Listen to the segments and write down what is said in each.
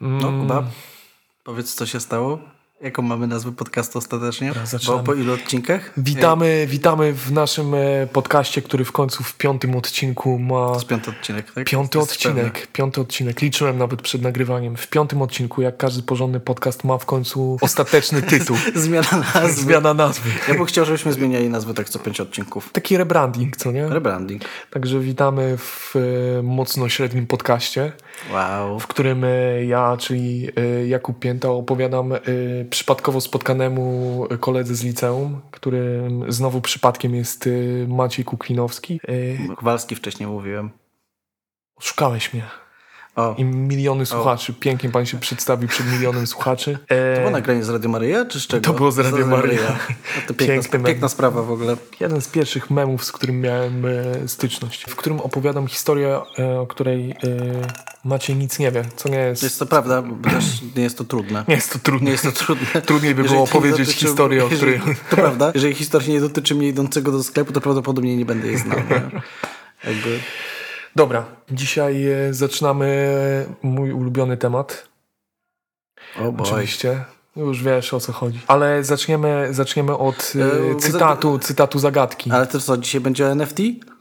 No, Kuba, powiedz, co się stało? Jaką mamy nazwę podcastu ostatecznie? Bo po ilu odcinkach? Witamy w naszym podcaście, który w końcu w 5. odcinku ma... To jest 5. odcinek, tak? 5. odcinek. Liczyłem nawet przed nagrywaniem. W 5. odcinku, jak każdy porządny podcast, ma w końcu ostateczny tytuł. Zmiana nazwy. Ja bym chciał, żebyśmy zmieniali nazwę tak co 5 odcinków. Taki rebranding, co nie? Rebranding. Także witamy w mocno średnim podcaście. Wow. W którym ja, czyli Jakub Pięta, opowiadam przypadkowo spotkanemu koledze z liceum, którym znowu przypadkiem jest Maciej Kukwinowski. Kowalski wcześniej mówiłem. Oszukałeś mnie. O. I miliony słuchaczy. Pięknie pan się przedstawił przed milionem słuchaczy. To było nagranie z Radio Maryja, czy z czego? To było z Radio Maryja. To piękna sprawa w ogóle. Jeden z pierwszych memów, z którym miałem styczność. W którym opowiadam historię, o której Maciej nic nie wie, co nie jest... Jest to prawda, bo też nie jest to trudne. Nie jest to trudne. Trudniej by Jeżeli było opowiedzieć historię, o której... To prawda. Jeżeli historia nie dotyczy mnie idącego do sklepu, to prawdopodobnie nie będę jej znał. Jakby... Dobra, dzisiaj zaczynamy mój ulubiony temat. Oczywiście. Już wiesz, o co chodzi. Ale zaczniemy od cytatu zagadki. Ale to co, dzisiaj będzie o NFT?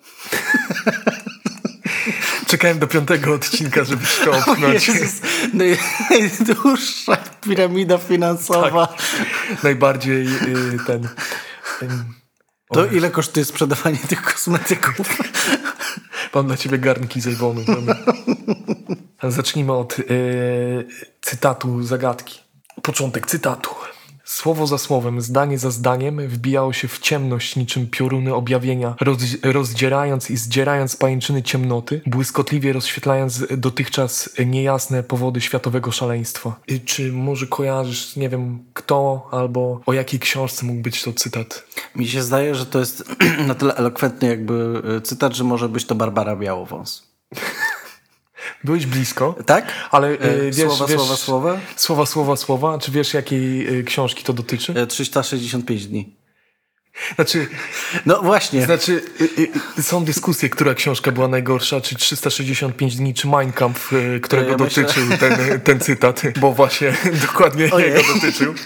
Czekałem do 5. odcinka, żeby się to opchnąć. Najdłuższa piramida finansowa. Tak. Najbardziej To ile kosztuje sprzedawanie tych kosmetyków? Mam dla ciebie garnki z Avonu. Zacznijmy od cytatu zagadki. Początek cytatu. Słowo za słowem, zdanie za zdaniem wbijało się w ciemność niczym pioruny objawienia, rozdzierając i zdzierając pajęczyny ciemnoty, błyskotliwie rozświetlając dotychczas niejasne powody światowego szaleństwa. Czy może kojarzysz, nie wiem, kto albo o jakiej książce mógł być to cytat? Mi się zdaje, że to jest na tyle elokwentny jakby cytat, że może być to Barbara Białowąs. Byłeś blisko. Tak? Ale wiesz, Słowa. Czy wiesz, jakiej książki to dotyczy? 365 dni. Znaczy... No właśnie. Znaczy, są dyskusje, która książka była najgorsza, czy 365 dni, czy Mein Kampf, którego dotyczył ten cytat, bo właśnie dokładnie jego dotyczył.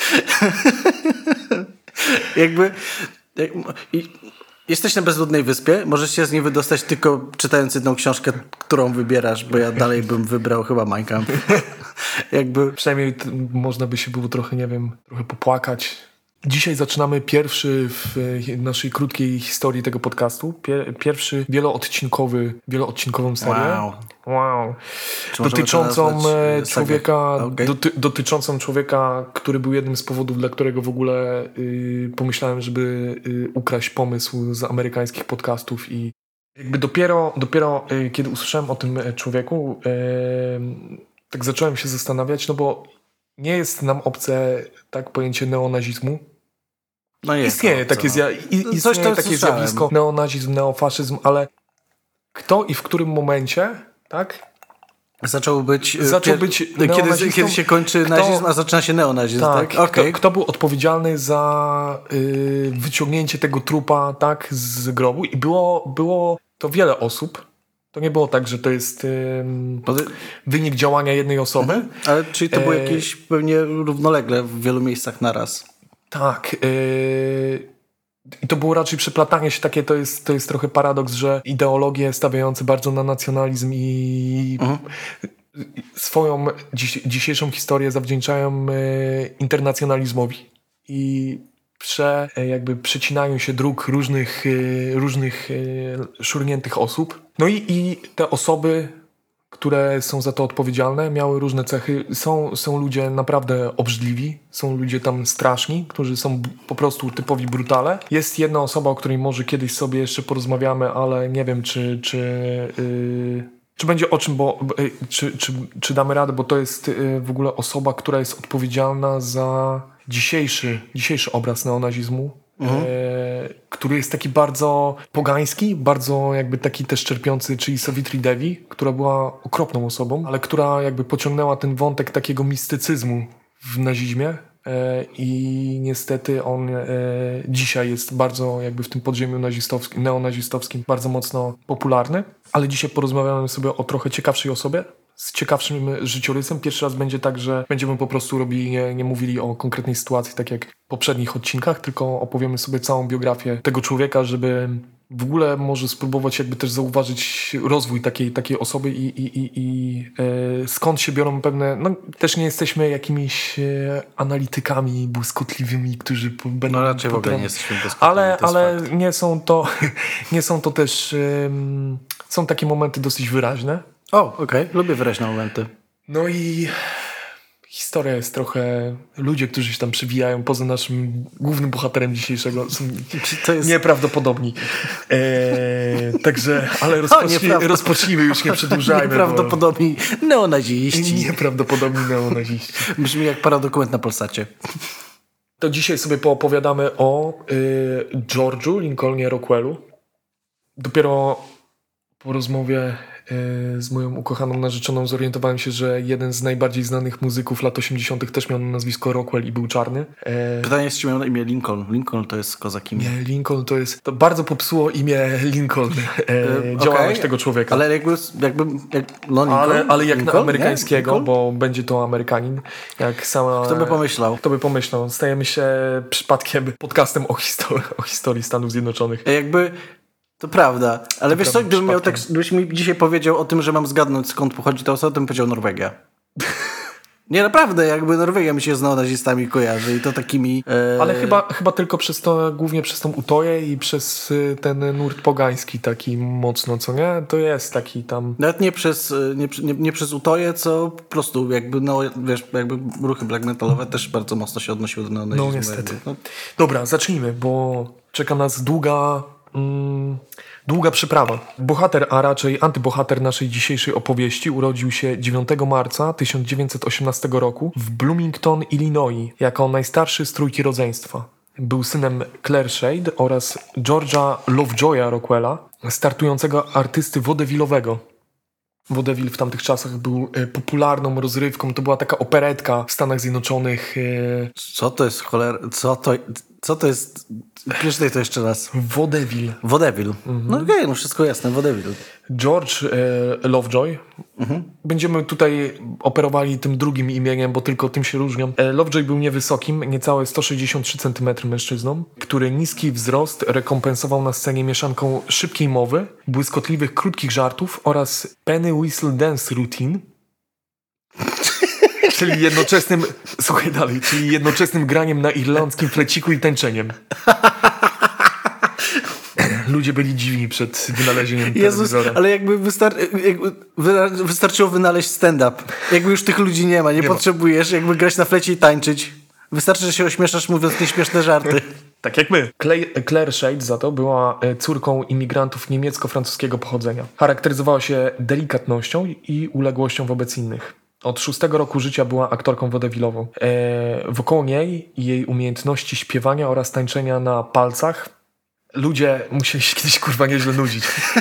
Jesteś na bezludnej wyspie, możesz się z niej wydostać tylko czytając jedną książkę, którą wybierasz, bo ja dalej bym wybrał chyba Mein Kampf. Przynajmniej można by się było trochę, nie wiem, trochę popłakać. Dzisiaj zaczynamy pierwszy w naszej krótkiej historii tego podcastu. Pierwszy wieloodcinkową serię. Wow. Dotyczącą człowieka, który był jednym z powodów, dla którego w ogóle pomyślałem, żeby ukraść pomysł z amerykańskich podcastów i jakby dopiero kiedy usłyszałem o tym człowieku, tak zacząłem się zastanawiać, no bo nie jest nam obce tak pojęcie neonazizmu. No jest istnieje takie zjawisko, neonazizm, neofaszyzm, ale kto i w którym momencie, tak? Zaczął być kiedy się kończy nazizm, a zaczyna się neonazizm, tak? Okay. Kto był odpowiedzialny za wyciągnięcie tego trupa, tak, z grobu? I było to wiele osób. To nie było tak, że to jest wynik działania jednej osoby. Ale czyli to było jakieś pewnie równolegle w wielu miejscach naraz. Tak. I to było raczej przeplatanie się takie, to jest trochę paradoks, że ideologie stawiające bardzo na nacjonalizm i swoją dzisiejszą historię zawdzięczają internacjonalizmowi. I przecinają się dróg różnych szurniętych osób. No i te osoby, które są za to odpowiedzialne, miały różne cechy. Są ludzie naprawdę obrzydliwi, są ludzie tam straszni, którzy są po typowi brutale. Jest jedna osoba, o której może kiedyś sobie jeszcze porozmawiamy, ale nie wiem, czy będzie o czym, czy damy radę, bo to jest w ogóle osoba, która jest odpowiedzialna za dzisiejszy obraz neonazizmu, który jest taki bardzo pogański, bardzo jakby taki też czerpiący, czyli Savitri Devi, która była okropną osobą, ale która jakby pociągnęła ten wątek takiego mistycyzmu w nazizmie i niestety on dzisiaj jest bardzo jakby w tym podziemiu neonazistowskim bardzo mocno popularny, ale dzisiaj porozmawiamy sobie o trochę ciekawszej osobie, z ciekawszym życiorysem. Pierwszy raz będzie tak, że będziemy po prostu robili, nie mówili o konkretnej sytuacji, tak jak w poprzednich odcinkach, tylko opowiemy sobie całą biografię tego człowieka, żeby w ogóle może spróbować jakby też zauważyć rozwój takiej osoby i skąd się biorą pewne... No też nie jesteśmy jakimiś analitykami błyskotliwymi, którzy będą... No raczej w ogóle nie jesteśmy błyskotliwi, ale nie są to też... są takie momenty dosyć wyraźne. Okej. Lubię wyraźne momenty. No i historia jest trochę... Ludzie, którzy się tam przewijają poza naszym głównym bohaterem dzisiejszego są to jest... nieprawdopodobni. Także, ale rozpocznijmy, już nie przedłużajmy. Nieprawdopodobni neonaziści. Nieprawdopodobni neonaziści. Brzmi jak paradokument na Polsacie. To dzisiaj sobie poopowiadamy o George'u Lincolnie Rockwellu. Dopiero po rozmowie z moją ukochaną narzeczoną zorientowałem się, że jeden z najbardziej znanych muzyków lat 80. też miał nazwisko Rockwell i był czarny. Pytanie jest, czy miał na imię Lincoln. Lincoln to jest kozak imię. Nie, Lincoln to bardzo popsuło imię Lincoln. Działalność tego człowieka. Ale Lincoln, ale jak Lincoln? na amerykańskiego, Lincoln? bo będzie to Amerykanin. Jak sama, Kto by pomyślał? Kto by pomyślał. Stajemy się przypadkiem podcastem o historii Stanów Zjednoczonych. To prawda, ale wiesz co, gdybyś mi dzisiaj powiedział o tym, że mam zgadnąć skąd pochodzi ta osoba, to bym powiedział Norwegia. Nie, naprawdę, jakby Norwegia mi się z neonazistami kojarzy i to takimi... Ale chyba tylko głównie przez tą utoję i przez ten nurt pogański taki mocno, co nie? To jest taki tam... Nawet nie przez utoję, co po prostu jakby, jakby ruchy black metalowe też bardzo mocno się odnosiły do neonazizmu. No niestety. Dobra, zacznijmy, bo czeka nas długa przyprawa. Bohater, a raczej antybohater naszej dzisiejszej opowieści urodził się 9 marca 1918 roku w Bloomington, Illinois, jako najstarszy z trójki rodzeństwa. Był synem Claire Shade oraz George'a Lovejoya Rockwella, startującego artysty vaudeville'owego. Vaudeville w tamtych czasach był popularną rozrywką. To była taka operetka w Stanach Zjednoczonych. Co to jest Co to jest... Przeczytaj to jeszcze raz. Vaudeville. Vaudeville. No okej, no wszystko jasne, Vaudeville. George Lovejoy. Będziemy tutaj operowali tym drugim imieniem, bo tylko tym się różnią. Lovejoy był niewysokim, niecałe 163 cm mężczyzną, który niski wzrost rekompensował na scenie mieszanką szybkiej mowy, błyskotliwych, krótkich żartów oraz penny whistle dance routine. Czyli jednoczesnym graniem na irlandzkim fleciku i tańczeniem. Ludzie byli dziwni przed wynalezieniem telewizora. Ale jakby wystarczyło wynaleźć stand-up. Jakby już tych ludzi nie ma, nie potrzebujesz jakby grać na flecie i tańczyć. Wystarczy, że się ośmieszasz mówiąc nieśmieszne żarty. Tak jak my. Claire Shade za to była córką imigrantów niemiecko-francuskiego pochodzenia. Charakteryzowała się delikatnością i uległością wobec innych. Od 6 roku życia była aktorką vaudeville'ową. Wokoło niej jej umiejętności śpiewania oraz tańczenia na palcach ludzie musieli się kiedyś nieźle nudzić.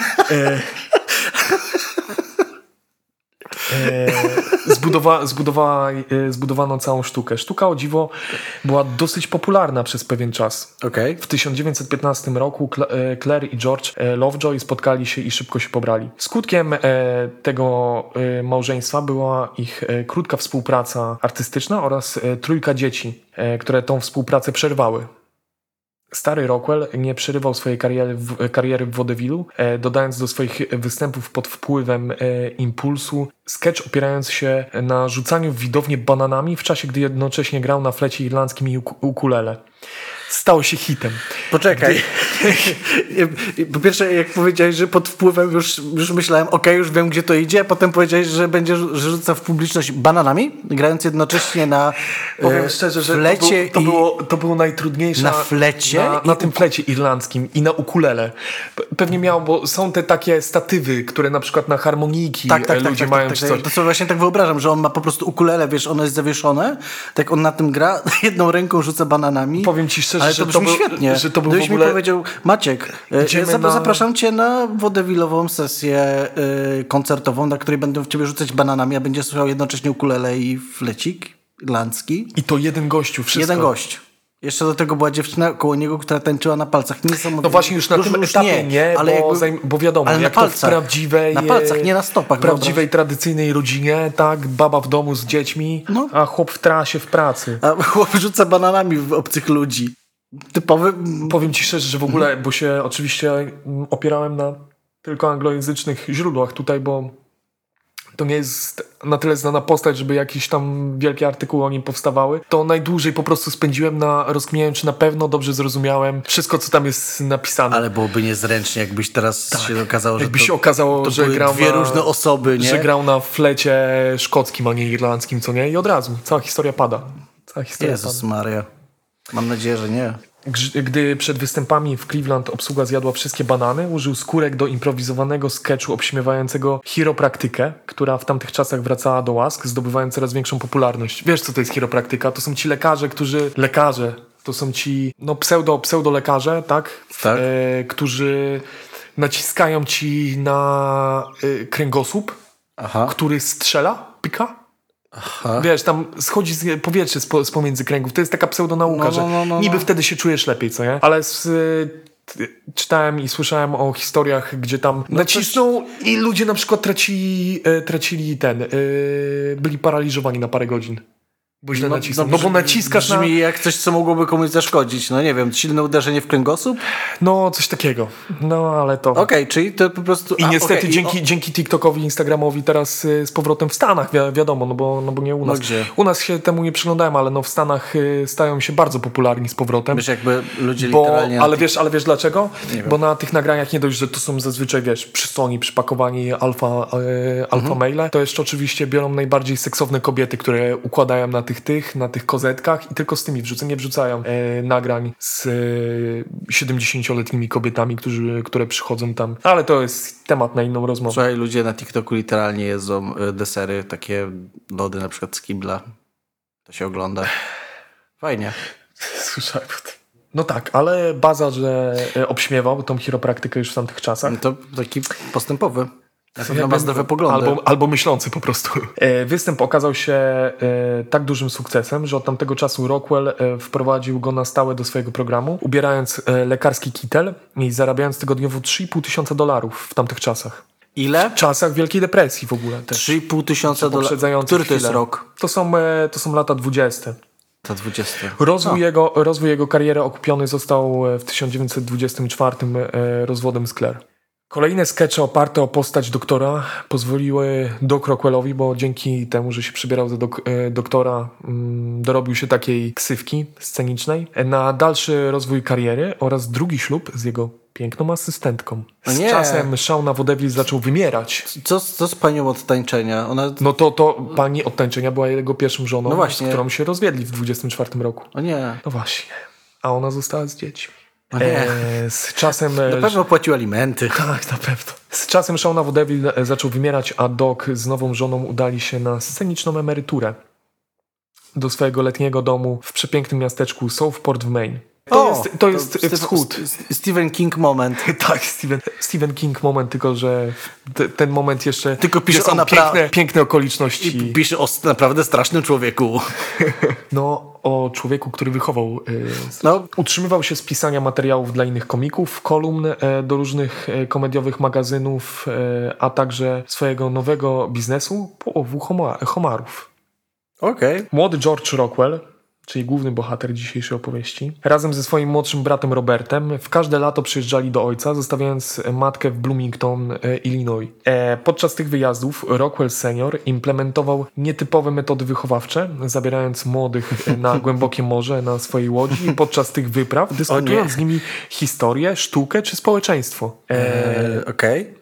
Zbudowano całą sztukę. Sztuka, o dziwo, była dosyć popularna przez pewien czas. Okay. W 1915 roku Claire i George Lovejoy spotkali się i szybko się pobrali. Skutkiem tego małżeństwa była ich krótka współpraca artystyczna oraz trójka dzieci, które tą współpracę przerwały. Stary Rockwell nie przerywał swojej kariery w vaudeville'u, dodając do swoich występów pod wpływem impulsu sketch opierający się na rzucaniu w widownię bananami w czasie, gdy jednocześnie grał na flecie irlandzkim i ukulele. Stało się hitem. Poczekaj. Po pierwsze, jak powiedziałeś, że pod wpływem już myślałem, już wiem, gdzie to idzie, a potem powiedziałeś, że rzuca w publiczność bananami, grając jednocześnie na powiem szczerze, że flecie to było najtrudniejsze. Na flecie? Na tym flecie irlandzkim i na ukulele. Pewnie miał, bo są te takie statywy, które na przykład na harmonijki ludzie mają czy coś. To sobie właśnie tak wyobrażam, że on ma po prostu ukulele, wiesz, ono jest zawieszone, tak on na tym gra, jedną ręką rzuca bananami. Powiem ci szczerze, ale to brzmi świetnie. Że to był Gdybyś w ogóle... mi powiedział, Maciek, zapraszam cię na vaudeville'ową sesję koncertową, na której będę w ciebie rzucać bananami, a będzie słuchał jednocześnie ukulele i flecik irlandzki. I to jeden gościu, wszystko. Jeden gość. Jeszcze do tego była dziewczyna koło niego, która tańczyła na palcach. Niesamowite. No właśnie już na tym etapie nie, ale bo wiadomo, ale jak na palcach, to w prawdziwej... Na palcach, nie na stopach. W prawdziwej, tradycyjnej rodzinie, tak, baba w domu z dziećmi, a chłop w trasie w pracy. A chłop rzuca bananami w obcych ludzi. Typowy... Powiem ci szczerze, że w ogóle, bo się oczywiście opierałem na tylko anglojęzycznych źródłach tutaj, bo to nie jest na tyle znana postać, żeby jakieś tam wielkie artykuły o nim powstawały. To najdłużej po prostu spędziłem na rozkminianiu, czy na pewno dobrze zrozumiałem wszystko, co tam jest napisane. Ale byłoby niezręcznie, jakbyś teraz się okazało, że jakby się okazało, że były grał dwie różne osoby, nie? Że grał na flecie szkockim, a nie irlandzkim, co nie? I od razu cała historia pada. Jezus Maria. Mam nadzieję, że nie. Gdy przed występami w Cleveland obsługa zjadła wszystkie banany, użył skórek do improwizowanego sketchu obśmiewającego chiropraktykę, która w tamtych czasach wracała do łask, zdobywając coraz większą popularność. Wiesz, co to jest chiropraktyka? To są ci lekarze, to są ci pseudo-lekarze, tak? Którzy naciskają ci na kręgosłup, który strzela, pika. Aha. Wiesz, tam schodzi powietrze z pomiędzy kręgów. To jest taka pseudonauka, że niby wtedy się czujesz lepiej, co nie? Ale czytałem i słyszałem o historiach, gdzie tam nacisnął i ludzie na przykład tracili byli paraliżowani na parę godzin. Bo źle nacisnął. No bo naciskasz brzmi jak coś, co mogłoby komuś zaszkodzić. No nie wiem, silne uderzenie w kręgosłup? No, coś takiego. No, ale to... Okej, czyli to po prostu... I niestety dzięki TikTokowi, Instagramowi teraz z powrotem w Stanach, wiadomo, no bo nie u nas. Gdzie? U nas się temu nie przyglądałem, ale w Stanach stają się bardzo popularni z powrotem. Wiesz, jakby ludzie literalnie... Ale wiesz dlaczego? Bo na tych nagraniach nie dość, że to są zazwyczaj, przystojni, przypakowani alfa maile, to jeszcze oczywiście biorą najbardziej seksowne kobiety, które układają na tych kozetkach i tylko z tymi nie wrzucają nagrań z 70-letnimi kobietami, które przychodzą tam. Ale to jest temat na inną rozmowę. Słuchaj, ludzie na TikToku literalnie jedzą desery, takie lody na przykład z kibla. To się ogląda. Fajnie. Słyszałem o tym. No tak, ale baza, że obśmiewał tą chiropraktykę już w tamtych czasach. No to taki postępowy. Na pewno ma zdrowe poglądy. Albo myślący po prostu. Występ okazał się tak dużym sukcesem, że od tamtego czasu Rockwell wprowadził go na stałe do swojego programu, ubierając lekarski kitel i zarabiając tygodniowo $3,500 w tamtych czasach. Ile? W czasach Wielkiej Depresji w ogóle też. $3,500. Który to jest rok? To są lata 20. To 20. Rozwój jego kariery okupiony został w 1924 rozwodem z Claire. Kolejne skecze oparte o postać doktora pozwoliły Doc Rockwellowi, bo dzięki temu, że się przybierał za doktora, dorobił się takiej ksywki scenicznej, na dalszy rozwój kariery oraz drugi ślub z jego piękną asystentką. Z czasem Shauna Vodevil zaczął wymierać. Co z panią od tańczenia? No to pani od tańczenia była jego pierwszą żoną, no właśnie. z którą się rozwiedli w 24 roku. O nie. No właśnie. A ona została z dziećmi. Z czasem... Na pewno płacił alimenty. Tak, na pewno. Z czasem Shauna Vodevil zaczął wymierać, a Doc z nową żoną udali się na sceniczną emeryturę do swojego letniego domu w przepięknym miasteczku Southport w Maine. To jest wschód. Stephen King moment. Tak, Stephen King moment, tylko że ten moment jeszcze... Tylko pisze są piękne okoliczności. I pisze o naprawdę strasznym człowieku. No, o człowieku, który wychował... Utrzymywał się z pisania materiałów dla innych komików, kolumn do różnych komediowych magazynów, a także swojego nowego biznesu połowu homarów. Okej. Młody George Rockwell, czyli główny bohater dzisiejszej opowieści, razem ze swoim młodszym bratem Robertem w każde lato przyjeżdżali do ojca, zostawiając matkę w Bloomington, Illinois. Podczas tych wyjazdów Rockwell senior implementował nietypowe metody wychowawcze, zabierając młodych na głębokie morze na swojej łodzi i podczas tych wypraw dyskutując z nimi historię, sztukę czy społeczeństwo. Okej.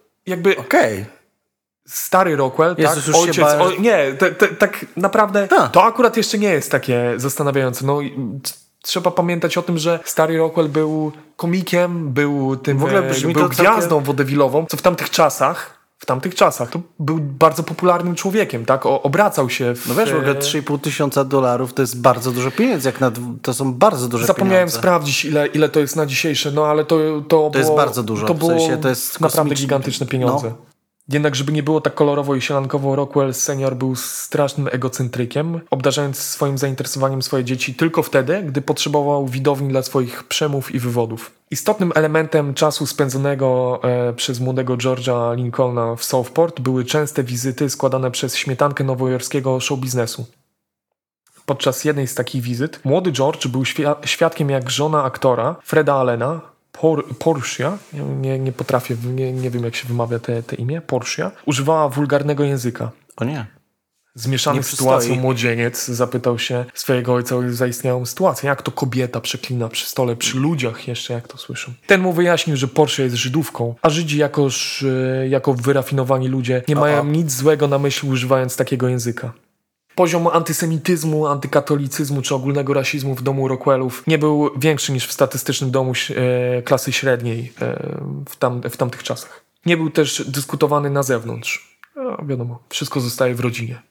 Stary Rockwell, Jezus, tak? Ojciec. Tak naprawdę to akurat jeszcze nie jest takie zastanawiające. No, trzeba pamiętać o tym, że stary Rockwell był komikiem, był gwiazdą wodewilową, co w tamtych czasach to był bardzo popularnym człowiekiem, tak? Obracał się w... No wiesz, w ogóle $3,500 to jest bardzo dużo pieniędzy, to są bardzo duże Zapomniałem pieniądze. sprawdzić, ile to jest na dzisiejsze, no ale to jest bardzo dużo. To było to jest naprawdę gigantyczne pieniądze. No. Jednak żeby nie było tak kolorowo i sielankowo, Rockwell senior był strasznym egocentrykiem, obdarzając swoim zainteresowaniem swoje dzieci tylko wtedy, gdy potrzebował widowni dla swoich przemów i wywodów. Istotnym elementem czasu spędzonego przez młodego George'a Lincolna w Southport były częste wizyty składane przez śmietankę nowojorskiego showbiznesu. Podczas jednej z takich wizyt młody George był świadkiem, jak żona aktora Freda Allena, Portia, nie potrafię, nie wiem jak się wymawia te imię, Portia, używała wulgarnego języka. O nie. Zmieszany sytuacją młodzieniec zapytał się swojego ojca o zaistniałą sytuację. Jak to kobieta przeklina przy stole, przy ludziach jeszcze, jak to słyszą. Ten mu wyjaśnił, że Portia jest Żydówką, a Żydzi jako wyrafinowani ludzie nie mają nic złego na myśli używając takiego języka. Poziom antysemityzmu, antykatolicyzmu czy ogólnego rasizmu w domu Rockwellów nie był większy niż w statystycznym domu klasy średniej w tamtych czasach. Nie był też dyskutowany na zewnątrz. No, wiadomo, wszystko zostaje w rodzinie.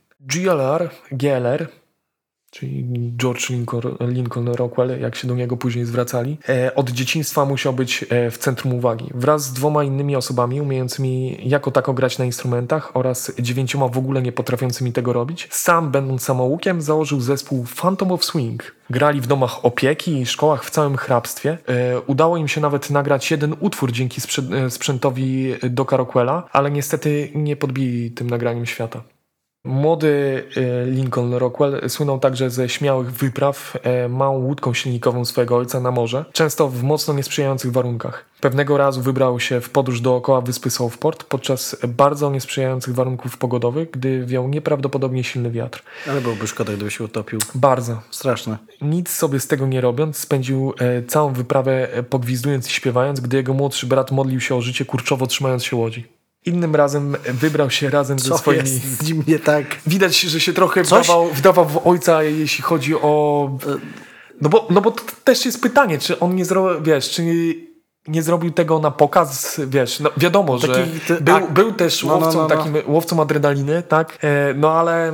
GLR, czyli George Lincoln Rockwell, jak się do niego później zwracali, od dzieciństwa musiał być w centrum uwagi. Wraz z 2 innymi osobami umiejącymi jako tako grać na instrumentach oraz 9 w ogóle nie potrafiącymi tego robić, sam będąc samoukiem założył zespół Phantom of Swing. Grali w domach opieki i szkołach w całym hrabstwie. Udało im się nawet nagrać jeden utwór dzięki sprzętowi Doka Rockwella, ale niestety nie podbili tym nagraniem świata. Młody Lincoln Rockwell słynął także ze śmiałych wypraw małą łódką silnikową swojego ojca na morze, często w mocno niesprzyjających warunkach. Pewnego razu wybrał się w podróż dookoła wyspy Southport podczas bardzo niesprzyjających warunków pogodowych, gdy wiał nieprawdopodobnie silny wiatr. Ale byłby szkoda, gdyby się utopił. Bardzo. Straszne. Nic sobie z tego nie robiąc, spędził całą wyprawę pogwizdując i śpiewając, gdy jego młodszy brat modlił się o życie kurczowo trzymając się łodzi. Innym razem wybrał się razem ze swoimi... Co jest z nim nie tak? Widać, że się trochę wdawał w ojca, jeśli chodzi o... No bo to też jest pytanie, czy on nie zrobił, czy nie zrobił tego na pokaz, no wiadomo, że był też takim łowcą adrenaliny, tak? No ale...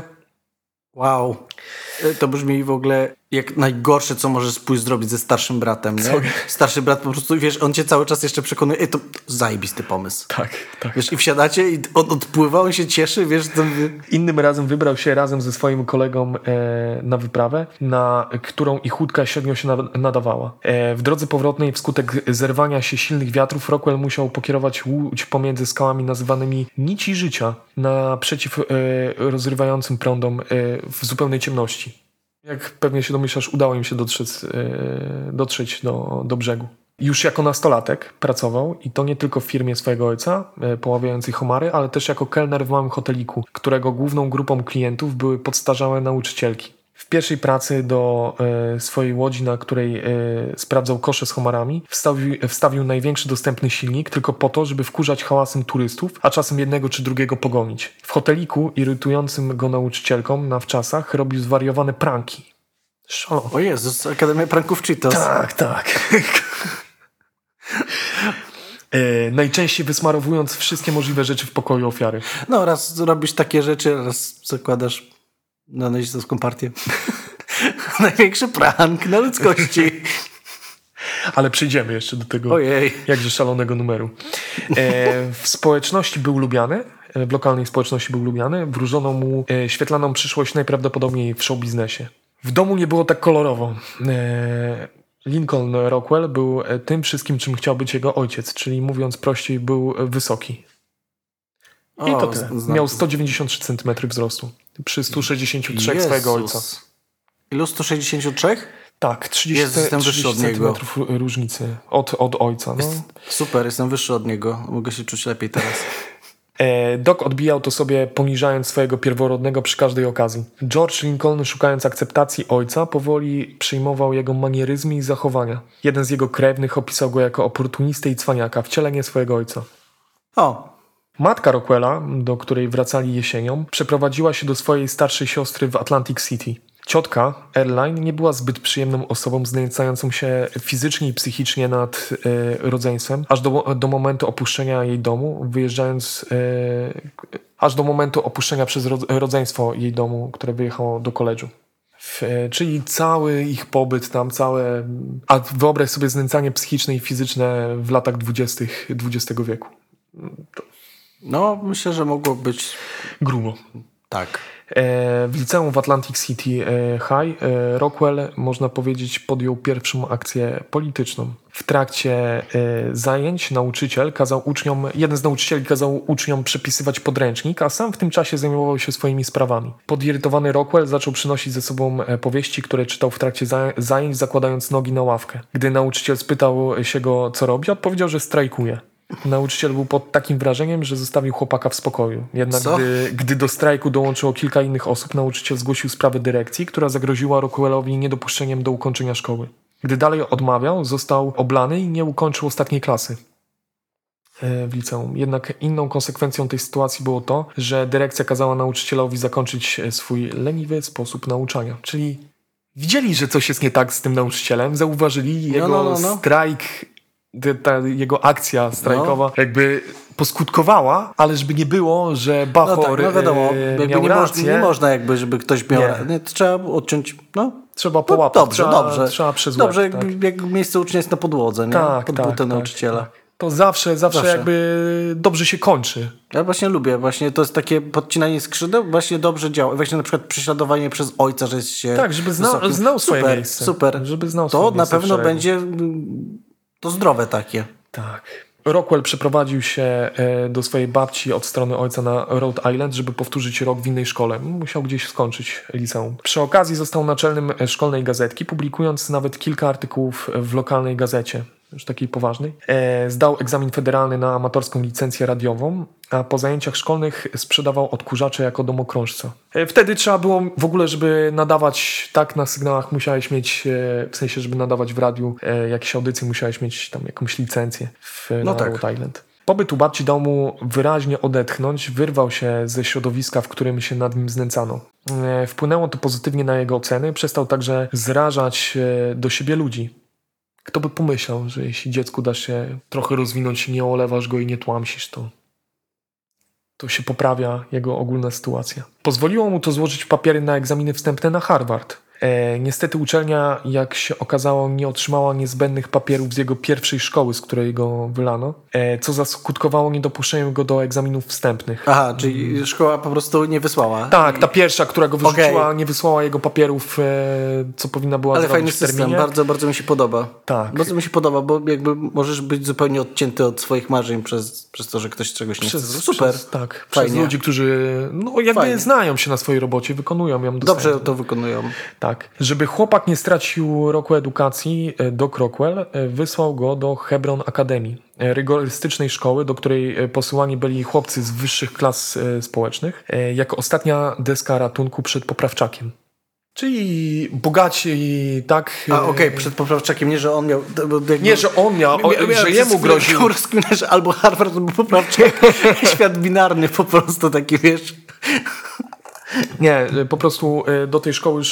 Wow. To brzmi w ogóle jak najgorsze, co możesz pójść zrobić ze starszym bratem, nie? Starszy brat po prostu, on cię cały czas jeszcze przekonuje, to zajebisty pomysł. Tak. Wiesz, i wsiadacie i on odpływa, on się cieszy, wiesz. Innym razem wybrał się razem ze swoim kolegą na wyprawę, na którą ich łódka średnio się nadawała. W drodze powrotnej wskutek zerwania się silnych wiatrów Rockwell musiał pokierować łódź pomiędzy skałami nazywanymi Nici Życia naprzeciw rozrywającym prądom w zupełnej ciemności. Jak pewnie się domyślasz, udało im się dotrzeć do brzegu. Już jako nastolatek pracował i to nie tylko w firmie swojego ojca, poławiającej homary, ale też jako kelner w małym hoteliku, którego główną grupą klientów były podstarzałe nauczycielki. W pierwszej pracy do swojej łodzi, na której sprawdzał kosze z homarami, wstawił największy dostępny silnik tylko po to, żeby wkurzać hałasem turystów, a czasem jednego czy drugiego pogonić. W hoteliku, irytującym go nauczycielkom na wczasach, robił zwariowane pranki. Szalo. O Jezus, Akademia Pranków Cheetos. Tak. Najczęściej wysmarowując wszystkie możliwe rzeczy w pokoju ofiary. No, raz robisz takie rzeczy, raz zakładasz na nazistowską partię. Największy prank na ludzkości. Ale przejdziemy jeszcze do tego jakże szalonego numeru. W społeczności był lubiany, w lokalnej społeczności był lubiany, wróżono mu świetlaną przyszłość najprawdopodobniej w showbiznesie. W domu nie było tak kolorowo. Lincoln Rockwell był tym wszystkim, czym chciał być jego ojciec, czyli mówiąc prościej, był wysoki. I to tyle. Miał 193 cm wzrostu przy 163 swojego ojca. Ilu 163? Tak, 30 cm różnicy od ojca. No. Super, jestem wyższy od niego. Mogę się czuć lepiej teraz. Doc odbijał to sobie, poniżając swojego pierworodnego przy każdej okazji. George Lincoln, szukając akceptacji ojca, powoli przyjmował jego manieryzmy i zachowania. Jeden z jego krewnych opisał go jako oportunistę i cwaniaka, wcielenie swojego ojca. Matka Rockwella, do której wracali jesienią, przeprowadziła się do swojej starszej siostry w Atlantic City. Ciotka, Earline, nie była zbyt przyjemną osobą znęcającą się fizycznie i psychicznie nad rodzeństwem, aż do momentu opuszczenia jej domu, aż do momentu opuszczenia przez rodzeństwo jej domu, które wyjechało do koledżu. Czyli cały ich pobyt tam, a wyobraź sobie znęcanie psychiczne i fizyczne w latach 20. XX wieku. No, myślę, że mogło być... Grubo. Tak. W liceum w Atlantic City High Rockwell, można powiedzieć, podjął pierwszą akcję polityczną. W trakcie zajęć jeden z nauczycieli kazał uczniom przepisywać podręcznik, a sam w tym czasie zajmował się swoimi sprawami. Podirytowany Rockwell zaczął przynosić ze sobą powieści, które czytał w trakcie zajęć, zakładając nogi na ławkę. Gdy nauczyciel spytał się go, co robi, odpowiedział, że strajkuje. Nauczyciel był pod takim wrażeniem, że zostawił chłopaka w spokoju. Jednak gdy do strajku dołączyło kilka innych osób, nauczyciel zgłosił sprawę dyrekcji, która zagroziła Rockwellowi niedopuszczeniem do ukończenia szkoły. Gdy dalej odmawiał, został oblany i nie ukończył ostatniej klasy w liceum. Jednak inną konsekwencją tej sytuacji było to, że dyrekcja kazała nauczycielowi zakończyć swój leniwy sposób nauczania. Czyli widzieli, że coś jest nie tak z tym nauczycielem, zauważyli jego strajk, ta jego akcja strajkowa jakby poskutkowała, ale żeby nie było, że Bachor wiadomo, miał rację. Nie można jakby, żeby ktoś miał rację. Nie, trzeba odciąć, trzeba połapać. Dobrze. Trzeba przez Dobrze, łeb, tak. jak miejsce ucznia jest na podłodze, nie? Pod butem nauczyciela. Tak. To zawsze jakby dobrze się kończy. Ja właśnie lubię, to jest takie podcinanie skrzydeł, właśnie dobrze działa. Właśnie na przykład prześladowanie przez ojca, że jest się... Tak, żeby znał swoje miejsce. Super. Żeby znał to na pewno będzie to zdrowe takie. Tak. Rockwell przeprowadził się do swojej babci od strony ojca na Rhode Island, żeby powtórzyć rok w innej szkole. Musiał gdzieś skończyć liceum. Przy okazji został naczelnym szkolnej gazetki, publikując nawet kilka artykułów w lokalnej gazecie, już takiej poważnej. Zdał egzamin federalny na amatorską licencję radiową, a po zajęciach szkolnych sprzedawał odkurzacze jako domokrążca. Wtedy trzeba było w ogóle, żeby nadawać tak na sygnałach, musiałeś mieć, w sensie, żeby nadawać w radiu jakieś audycje, musiałeś mieć tam jakąś licencję na Rhode Island. Pobyt u babci dał mu wyraźnie odetchnąć, wyrwał się ze środowiska, w którym się nad nim znęcano. Wpłynęło to pozytywnie na jego oceny, przestał także zrażać do siebie ludzi. Kto by pomyślał, że jeśli dziecku dasz się trochę rozwinąć i nie olewasz go i nie tłamsisz, to się poprawia jego ogólna sytuacja. Pozwoliło mu to złożyć papiery na egzaminy wstępne na Harvard. Niestety uczelnia, jak się okazało, nie otrzymała niezbędnych papierów z jego pierwszej szkoły, z której go wylano, co zaskutkowało niedopuszczeniem go do egzaminów wstępnych. Aha, czyli szkoła po prostu nie wysłała. Tak, ta pierwsza, która go wyrzuciła, nie wysłała jego papierów, co powinna była zrobić fajny w terminie. system, bardzo, bardzo mi się podoba. Tak. Bardzo mi się podoba, bo jakby możesz być zupełnie odcięty od swoich marzeń przez to, że ktoś czegoś nie chce. Super. Przez ludzi, którzy znają się na swojej robocie, wykonują ją dostępnie. Dobrze to wykonują. Tak. Żeby chłopak nie stracił roku edukacji, Doc Rockwell wysłał go do Hebron Academy, rygorystycznej szkoły, do której posyłani byli chłopcy z wyższych klas społecznych, jako ostatnia deska ratunku przed poprawczakiem. Czyli bogaci, tak... przed poprawczakiem, nie, że on miał... Nie, że on miał, że jemu groził. Rozkminę, że albo Harvard, albo poprawczak. Świat binarny po prostu taki, wiesz... Nie, po prostu do tej szkoły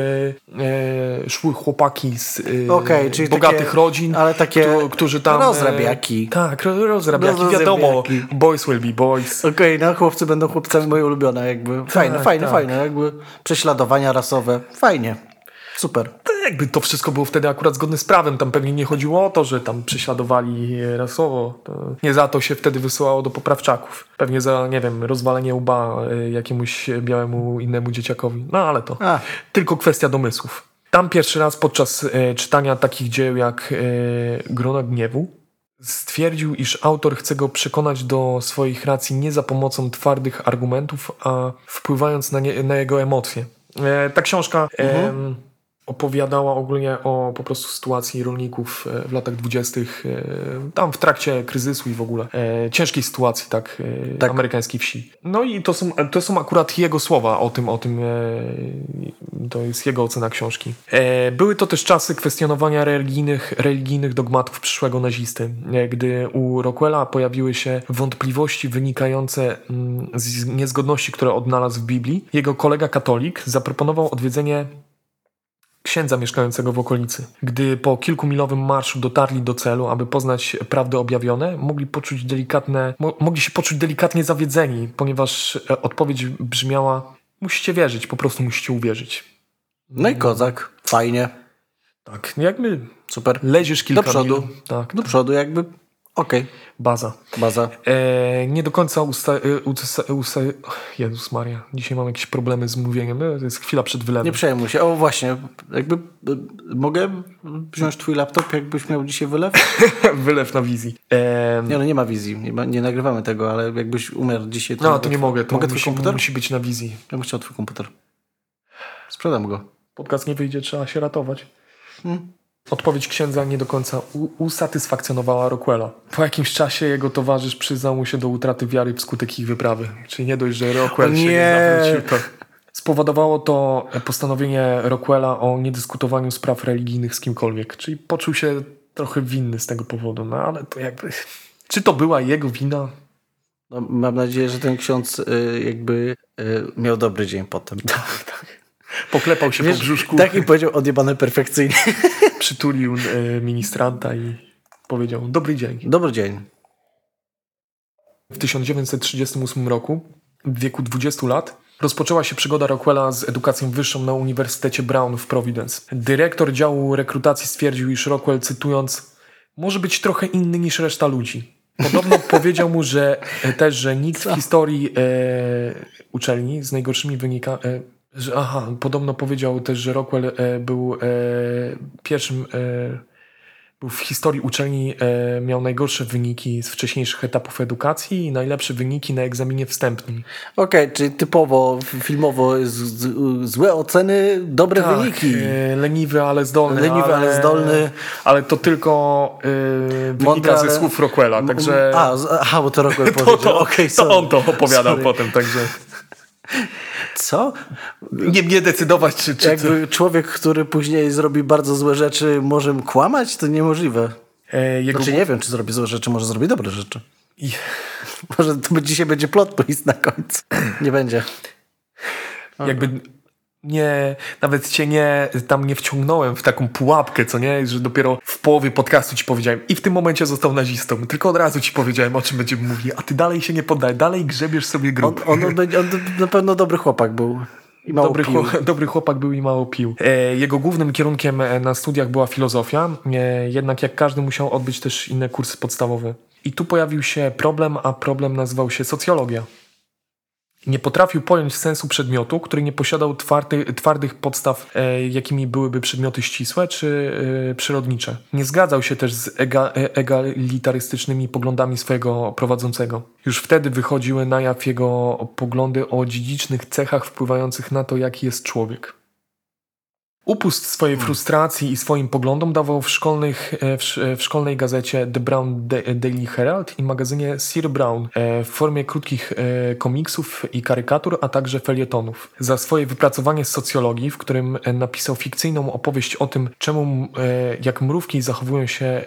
szły chłopaki z bogatych rodzin, ale takie którzy tam... Rozrabiaki. Tak, rozrabiaki, wiadomo. Boys will be boys. Chłopcy będą chłopcami, moje ulubione, jakby. Fajne, jakby prześladowania rasowe. Fajnie. Super. Jakby to wszystko było wtedy akurat zgodne z prawem. Tam pewnie nie chodziło o to, że tam prześladowali rasowo. Nie za to się wtedy wysyłało do poprawczaków. Pewnie za, nie wiem, rozwalenie łba jakiemuś białemu innemu dzieciakowi. No ale to tylko kwestia domysłów. Tam pierwszy raz podczas czytania takich dzieł jak Grona Gniewu stwierdził, iż autor chce go przekonać do swoich racji nie za pomocą twardych argumentów, a wpływając na jego emocje. Ta książka... opowiadała ogólnie o po prostu sytuacji rolników w latach 20. Tam w trakcie kryzysu i w ogóle ciężkiej sytuacji amerykańskiej wsi. No i to są akurat jego słowa o tym to jest jego ocena książki. Były to też czasy kwestionowania religijnych dogmatów przyszłego nazisty, gdy u Rockwella pojawiły się wątpliwości wynikające z niezgodności, które odnalazł w Biblii. Jego kolega katolik zaproponował odwiedzenie księdza mieszkającego w okolicy. Gdy po kilkumilowym marszu dotarli do celu, aby poznać prawdy objawione, mogli się poczuć delikatnie zawiedzeni, ponieważ odpowiedź brzmiała: musicie wierzyć, po prostu musicie uwierzyć. No i kozak. Fajnie. Tak, jakby super. Leziesz kilka do przodu. mil. Tak. Do przodu jakby Okej. Baza. Nie do końca Jezus Maria, dzisiaj mam jakieś problemy z mówieniem. To jest chwila przed wylewem. Nie przejmuj się. O właśnie, jakby mogę wziąć twój laptop, jakbyś miał dzisiaj wylew? Wylew na wizji. Nie ma wizji. Nie nagrywamy tego, ale jakbyś umiał dzisiaj... To nie mogę. To mogę twój komputer? Musi być na wizji. Ja bym chciał twój komputer. Sprzedam go. Podcast nie wyjdzie, trzeba się ratować. Odpowiedź księdza nie do końca usatysfakcjonowała Rockwella. Po jakimś czasie jego towarzysz przyznał mu się do utraty wiary wskutek ich wyprawy. Czyli nie dość, że Rockwell się nie nawrócił, to spowodowało to postanowienie Rockwella o niedyskutowaniu spraw religijnych z kimkolwiek. Czyli poczuł się trochę winny z tego powodu. No ale to jakby... Czy to była jego wina? No, mam nadzieję, że ten ksiądz miał dobry dzień potem. Tak. Poklepał się po brzuszku. Tak i powiedział odjebane perfekcyjnie. Przytulił ministranta i powiedział dobry dzień. Dobry dzień. W 1938 roku, w wieku 20 lat, rozpoczęła się przygoda Rockwella z edukacją wyższą na Uniwersytecie Brown w Providence. Dyrektor działu rekrutacji stwierdził, iż Rockwell, cytując, może być trochę inny niż reszta ludzi. Podobno powiedział mu, że nikt w historii uczelni z najgorszymi wynikami... Podobno powiedział też, że Rockwell był pierwszym... Był w historii uczelni, miał najgorsze wyniki z wcześniejszych etapów edukacji i najlepsze wyniki na egzaminie wstępnym. Okej, czyli typowo filmowo złe oceny, dobre wyniki. Leniwy, ale zdolny. Ale to tylko wynika ze słów Rockwella, także... Bo to Rockwell powiedział. To on to opowiadał potem, także... Co? Nie decydować, czy jakby człowiek, który później zrobi bardzo złe rzeczy, może kłamać? To niemożliwe. Nie wiem, czy zrobi złe rzeczy, może zrobi dobre rzeczy. Może to dzisiaj będzie plot twist na końcu. Nie będzie. Jakby nawet cię nie wciągnąłem w taką pułapkę, co nie? Że dopiero w połowie podcastu ci powiedziałem i w tym momencie został nazistą. Tylko od razu ci powiedziałem, o czym będziemy mówili, a ty dalej się nie poddaj, dalej grzebiesz sobie grób. On na pewno dobry chłopak był. I mało pił. Dobry chłopak był i mało pił. Jego głównym kierunkiem na studiach była filozofia, jednak jak każdy musiał odbyć też inne kursy podstawowe. I tu pojawił się problem, a problem nazywał się socjologia. Nie potrafił pojąć sensu przedmiotu, który nie posiadał twardych podstaw, jakimi byłyby przedmioty ścisłe czy przyrodnicze. Nie zgadzał się też z egalitarystycznymi poglądami swojego prowadzącego. Już wtedy wychodziły na jaw jego poglądy o dziedzicznych cechach wpływających na to, jaki jest człowiek. Upust swojej frustracji i swoim poglądom dawał w szkolnej gazecie The Brown Daily Herald i magazynie Sir Brown w formie krótkich komiksów i karykatur, a także felietonów. Za swoje wypracowanie z socjologii, w którym napisał fikcyjną opowieść o tym, czemu mrówki zachowują się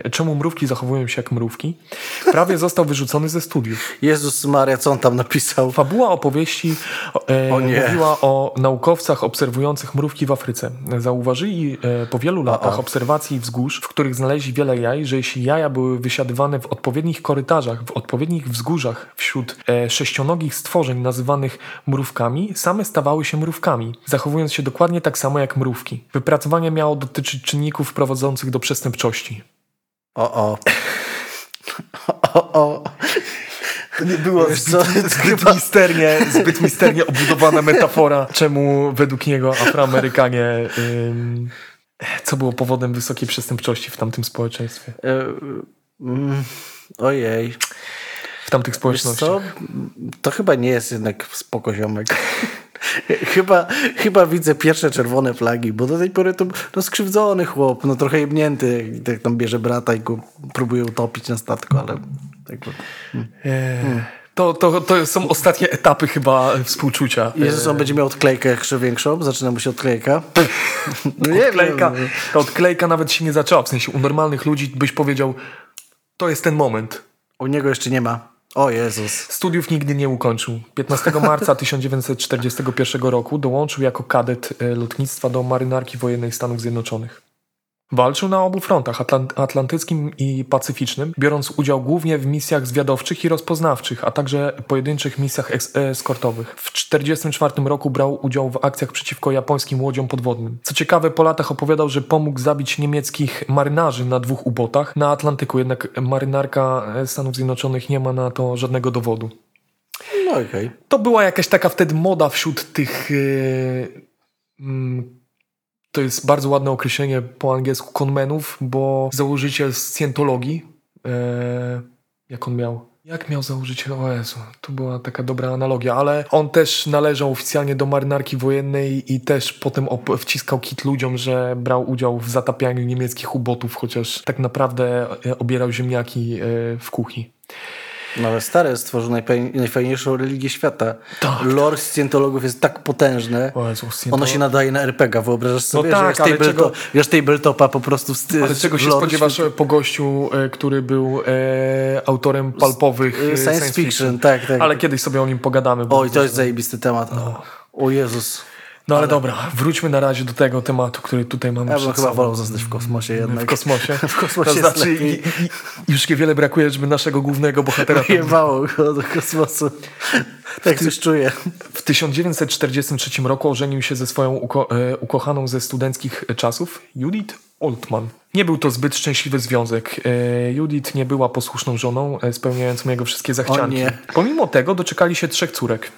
jak mrówki, prawie został wyrzucony ze studiów. Jezus Maria, co on tam napisał? Fabuła opowieści mówiła o naukowcach obserwujących mrówki w Afryce. Zauważyli po wielu latach obserwacji wzgórz, w których znaleźli wiele jaj, że jeśli jaja były wysiadywane w odpowiednich korytarzach, w odpowiednich wzgórzach wśród sześcionogich stworzeń nazywanych mrówkami, same stawały się mrówkami, zachowując się dokładnie tak samo jak mrówki. Wypracowanie miało dotyczyć czynników prowadzących do przestępczości. To nie było zbyt misternie obudowana metafora, czemu według niego Afroamerykanie... co było powodem wysokiej przestępczości w tamtym społeczeństwie? Ojej. W tamtych społecznościach. Co? To chyba nie jest jednak spoko ziomek. Chyba widzę pierwsze czerwone flagi, bo do tej pory to skrzywdzony chłop, trochę jebnięty, jak tam bierze brata i go próbuje utopić na statku, ale... To są ostatnie etapy chyba współczucia. Jezus, on będzie miał odklejkę jeszcze większą? Zaczyna mu się odklejka? Ta odklejka nawet się nie zaczęła. W sensie u normalnych ludzi byś powiedział, to jest ten moment. U niego jeszcze nie ma. O Jezus. Studiów nigdy nie ukończył. 15 marca 1941 roku dołączył jako kadet lotnictwa do Marynarki Wojennej Stanów Zjednoczonych. Walczył na obu frontach, atlantyckim i pacyficznym, biorąc udział głównie w misjach zwiadowczych i rozpoznawczych, a także pojedynczych misjach eskortowych. W 1944 roku brał udział w akcjach przeciwko japońskim łodziom podwodnym. Co ciekawe, po latach opowiadał, że pomógł zabić niemieckich marynarzy na 2 ubotach na Atlantyku, jednak marynarka Stanów Zjednoczonych nie ma na to żadnego dowodu. No okej. To była jakaś taka wtedy moda wśród tych... To jest bardzo ładne określenie po angielsku conmenów, bo założyciel Scientologii, jak on miał? Jak miał założyciel? O Jezu, to była taka dobra analogia, ale on też należał oficjalnie do marynarki wojennej i też potem wciskał kit ludziom, że brał udział w zatapianiu niemieckich ubotów, chociaż tak naprawdę obierał ziemniaki w kuchni. No ale stary stworzył najfajniejszą religię świata. Tak. Lore Scientologów jest tak potężny. Ono się nadaje na RPG. Wyobrażasz sobie, tak, że wiesz tabletopa po prostu... Ale czego się spodziewasz po gościu, który był autorem palpowych science fiction? Tak. Ale kiedyś sobie o nim pogadamy. Oj, to jest zajebisty temat. O Jezus. No ale dobra, wróćmy na razie do tego tematu, który tutaj mamy. Ja bym chyba wolał zostać w kosmosie jednak. W kosmosie? W kosmosie to znaczy już niewiele brakuje, żeby naszego głównego bohatera... Jebało go do kosmosu. Tak coś czuję. W 1943 roku ożenił się ze swoją ukochaną ze studenckich czasów, Judith Altman. Nie był to zbyt szczęśliwy związek. Judith nie była posłuszną żoną, spełniającą jego wszystkie zachcianki. Pomimo tego doczekali się 3 córek.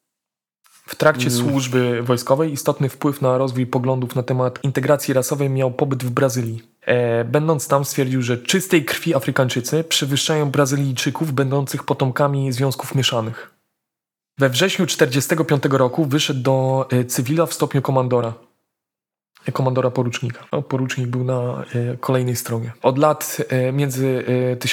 W trakcie służby wojskowej istotny wpływ na rozwój poglądów na temat integracji rasowej miał pobyt w Brazylii. Będąc tam stwierdził, że czystej krwi Afrykańczycy przewyższają Brazylijczyków będących potomkami związków mieszanych. We wrześniu 1945 roku wyszedł do cywila w stopniu komandora porucznika. Porucznik był na kolejnej stronie. Od lat między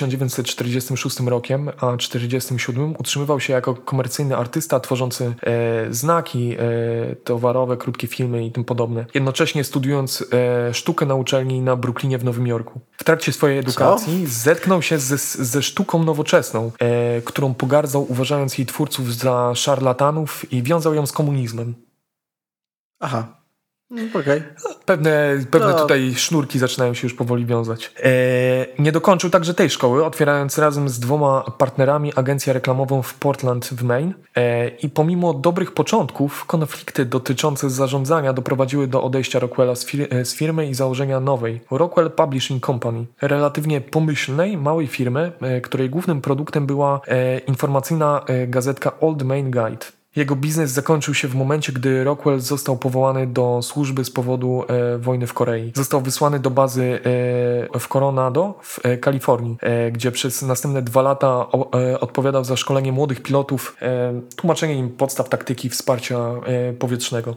1946 rokiem a 1947 utrzymywał się jako komercyjny artysta tworzący znaki towarowe, krótkie filmy i tym podobne. Jednocześnie studiując sztukę na uczelni na Brooklynie w Nowym Jorku. W trakcie swojej edukacji zetknął się ze sztuką nowoczesną, którą pogardzał, uważając jej twórców za szarlatanów i wiązał ją z komunizmem. Aha. Okay. Pewne tutaj sznurki zaczynają się już powoli wiązać. Nie dokończył także tej szkoły, otwierając razem z 2 partnerami agencję reklamową w Portland w Maine. I pomimo dobrych początków, konflikty dotyczące zarządzania doprowadziły do odejścia Rockwella z firmy i założenia nowej, Rockwell Publishing Company. Relatywnie pomyślnej, małej firmy, której głównym produktem była informacyjna gazetka Old Main Guide. Jego biznes zakończył się w momencie, gdy Rockwell został powołany do służby z powodu wojny w Korei. Został wysłany do bazy w Coronado w Kalifornii, gdzie przez następne 2 lata odpowiadał za szkolenie młodych pilotów, tłumaczenie im podstaw taktyki wsparcia powietrznego.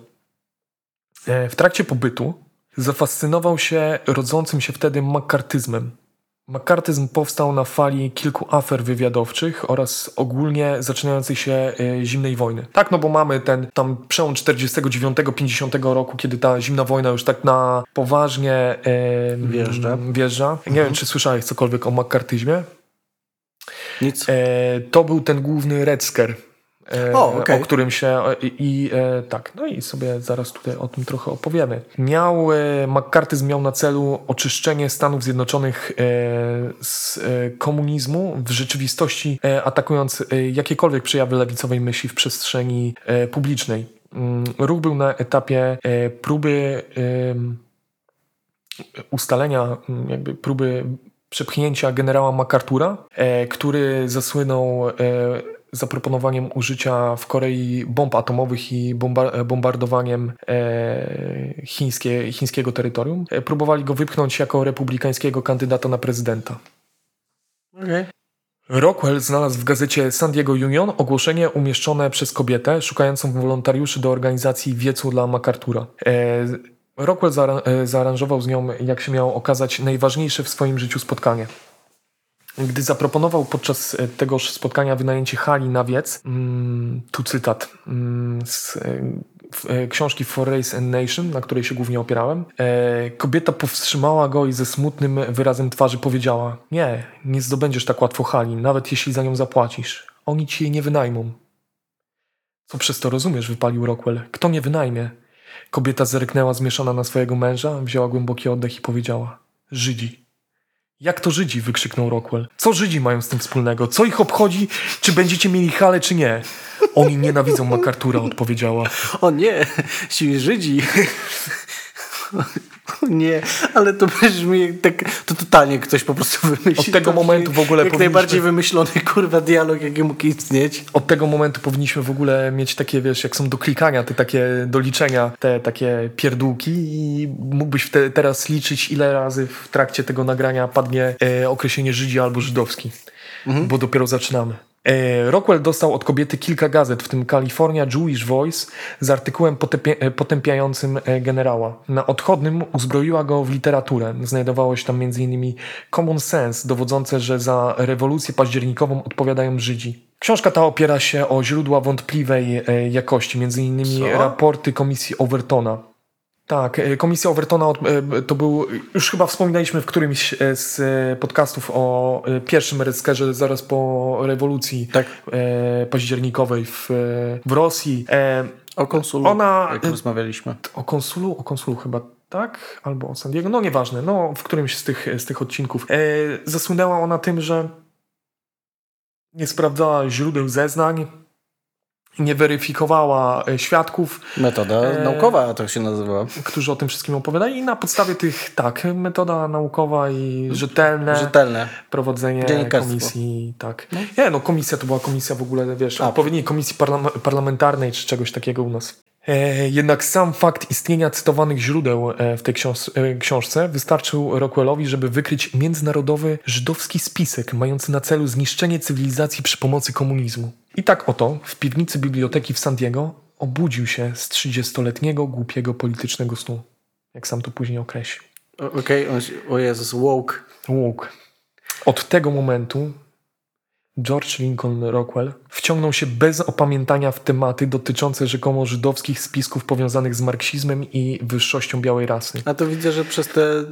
W trakcie pobytu zafascynował się rodzącym się wtedy makkartyzmem. Makkartyzm powstał na fali kilku afer wywiadowczych oraz ogólnie zaczynającej się zimnej wojny. Tak, no bo mamy ten tam przełom 49-50 roku, kiedy ta zimna wojna już tak na poważnie wjeżdża. Nie wiem, czy słyszałeś cokolwiek o makkartyzmie? Nic. To był ten główny Red Scare. Okay. O którym się tak, no i sobie zaraz tutaj o tym trochę opowiemy. Makkartyzm miał na celu oczyszczenie Stanów Zjednoczonych z komunizmu, w rzeczywistości atakując jakiekolwiek przejawy lewicowej myśli w przestrzeni publicznej. Ruch był na etapie próby ustalenia, jakby próby przepchnięcia generała MacArthura, który zasłynął zaproponowaniem użycia w Korei bomb atomowych i bombardowaniem chińskiego terytorium. Próbowali go wypchnąć jako republikańskiego kandydata na prezydenta. Okay. Rockwell znalazł w gazecie San Diego Union ogłoszenie umieszczone przez kobietę szukającą wolontariuszy do organizacji wiecu dla MacArthura. Rockwell zaaranżował z nią, jak się miało okazać, najważniejsze w swoim życiu spotkanie. Gdy zaproponował podczas tegoż spotkania wynajęcie hali na wiec, tu cytat z książki For Race and Nation, na której się głównie opierałem, kobieta powstrzymała go i ze smutnym wyrazem twarzy powiedziała: nie zdobędziesz tak łatwo hali, nawet jeśli za nią zapłacisz. Oni ci jej nie wynajmą. Co przez to rozumiesz? Wypalił Rockwell. Kto mnie wynajmie? Kobieta zerknęła zmieszana na swojego męża, wzięła głęboki oddech i powiedziała: Żydzi. Jak to Żydzi? Wykrzyknął Rockwell. Co Żydzi mają z tym wspólnego? Co ich obchodzi, czy będziecie mieli halę, czy nie? Oni nienawidzą MacArthura, odpowiedziała. O nie, ci Żydzi. Nie, ale to brzmi tak, to totalnie ktoś po prostu wymyślił. Od tego momentu w ogóle jak najbardziej wymyślony, kurwa, dialog, jaki mógł istnieć. Od tego momentu powinniśmy w ogóle mieć takie, wiesz, jak są do klikania, te takie do liczenia, te takie pierdółki i mógłbyś teraz liczyć, ile razy w trakcie tego nagrania padnie określenie Żydzi albo żydowski, bo dopiero zaczynamy. Rockwell dostał od kobiety kilka gazet, w tym California Jewish Voice z artykułem potępiającym generała. Na odchodnym uzbroiła go w literaturę. Znajdowało się tam m.in. Common Sense, dowodzące, że za rewolucję październikową odpowiadają Żydzi. Książka ta opiera się o źródła wątpliwej jakości, m.in. raporty komisji Overtona. Tak, komisja Overtona to był, już chyba wspominaliśmy w którymś z podcastów o pierwszym Red Scarze zaraz po rewolucji październikowej w Rosji. O konsulu, jak rozmawialiśmy. O konsulu chyba, tak? Albo o San Diego, no nieważne, no w którymś z tych odcinków. Zasłynęła ona tym, że nie sprawdzała źródeł zeznań, nie weryfikowała świadków. Metoda naukowa to się nazywa. Którzy o tym wszystkim opowiadali i na podstawie tych, metoda naukowa i rzetelne prowadzenie komisji. Tak. Komisja to była komisja w ogóle, wiesz, odpowiedniej komisji parlamentarnej czy czegoś takiego u nas. Jednak sam fakt istnienia cytowanych źródeł w tej książce wystarczył Rockwellowi, żeby wykryć międzynarodowy żydowski spisek mający na celu zniszczenie cywilizacji przy pomocy komunizmu. I tak oto w piwnicy biblioteki w San Diego obudził się z 30-letniego głupiego politycznego snu. Jak sam to później określił. Okej, o Jezus, woke. Od tego momentu George Lincoln Rockwell wciągnął się bez opamiętania w tematy dotyczące rzekomo żydowskich spisków powiązanych z marksizmem i wyższością białej rasy. A to widzę, że przez te...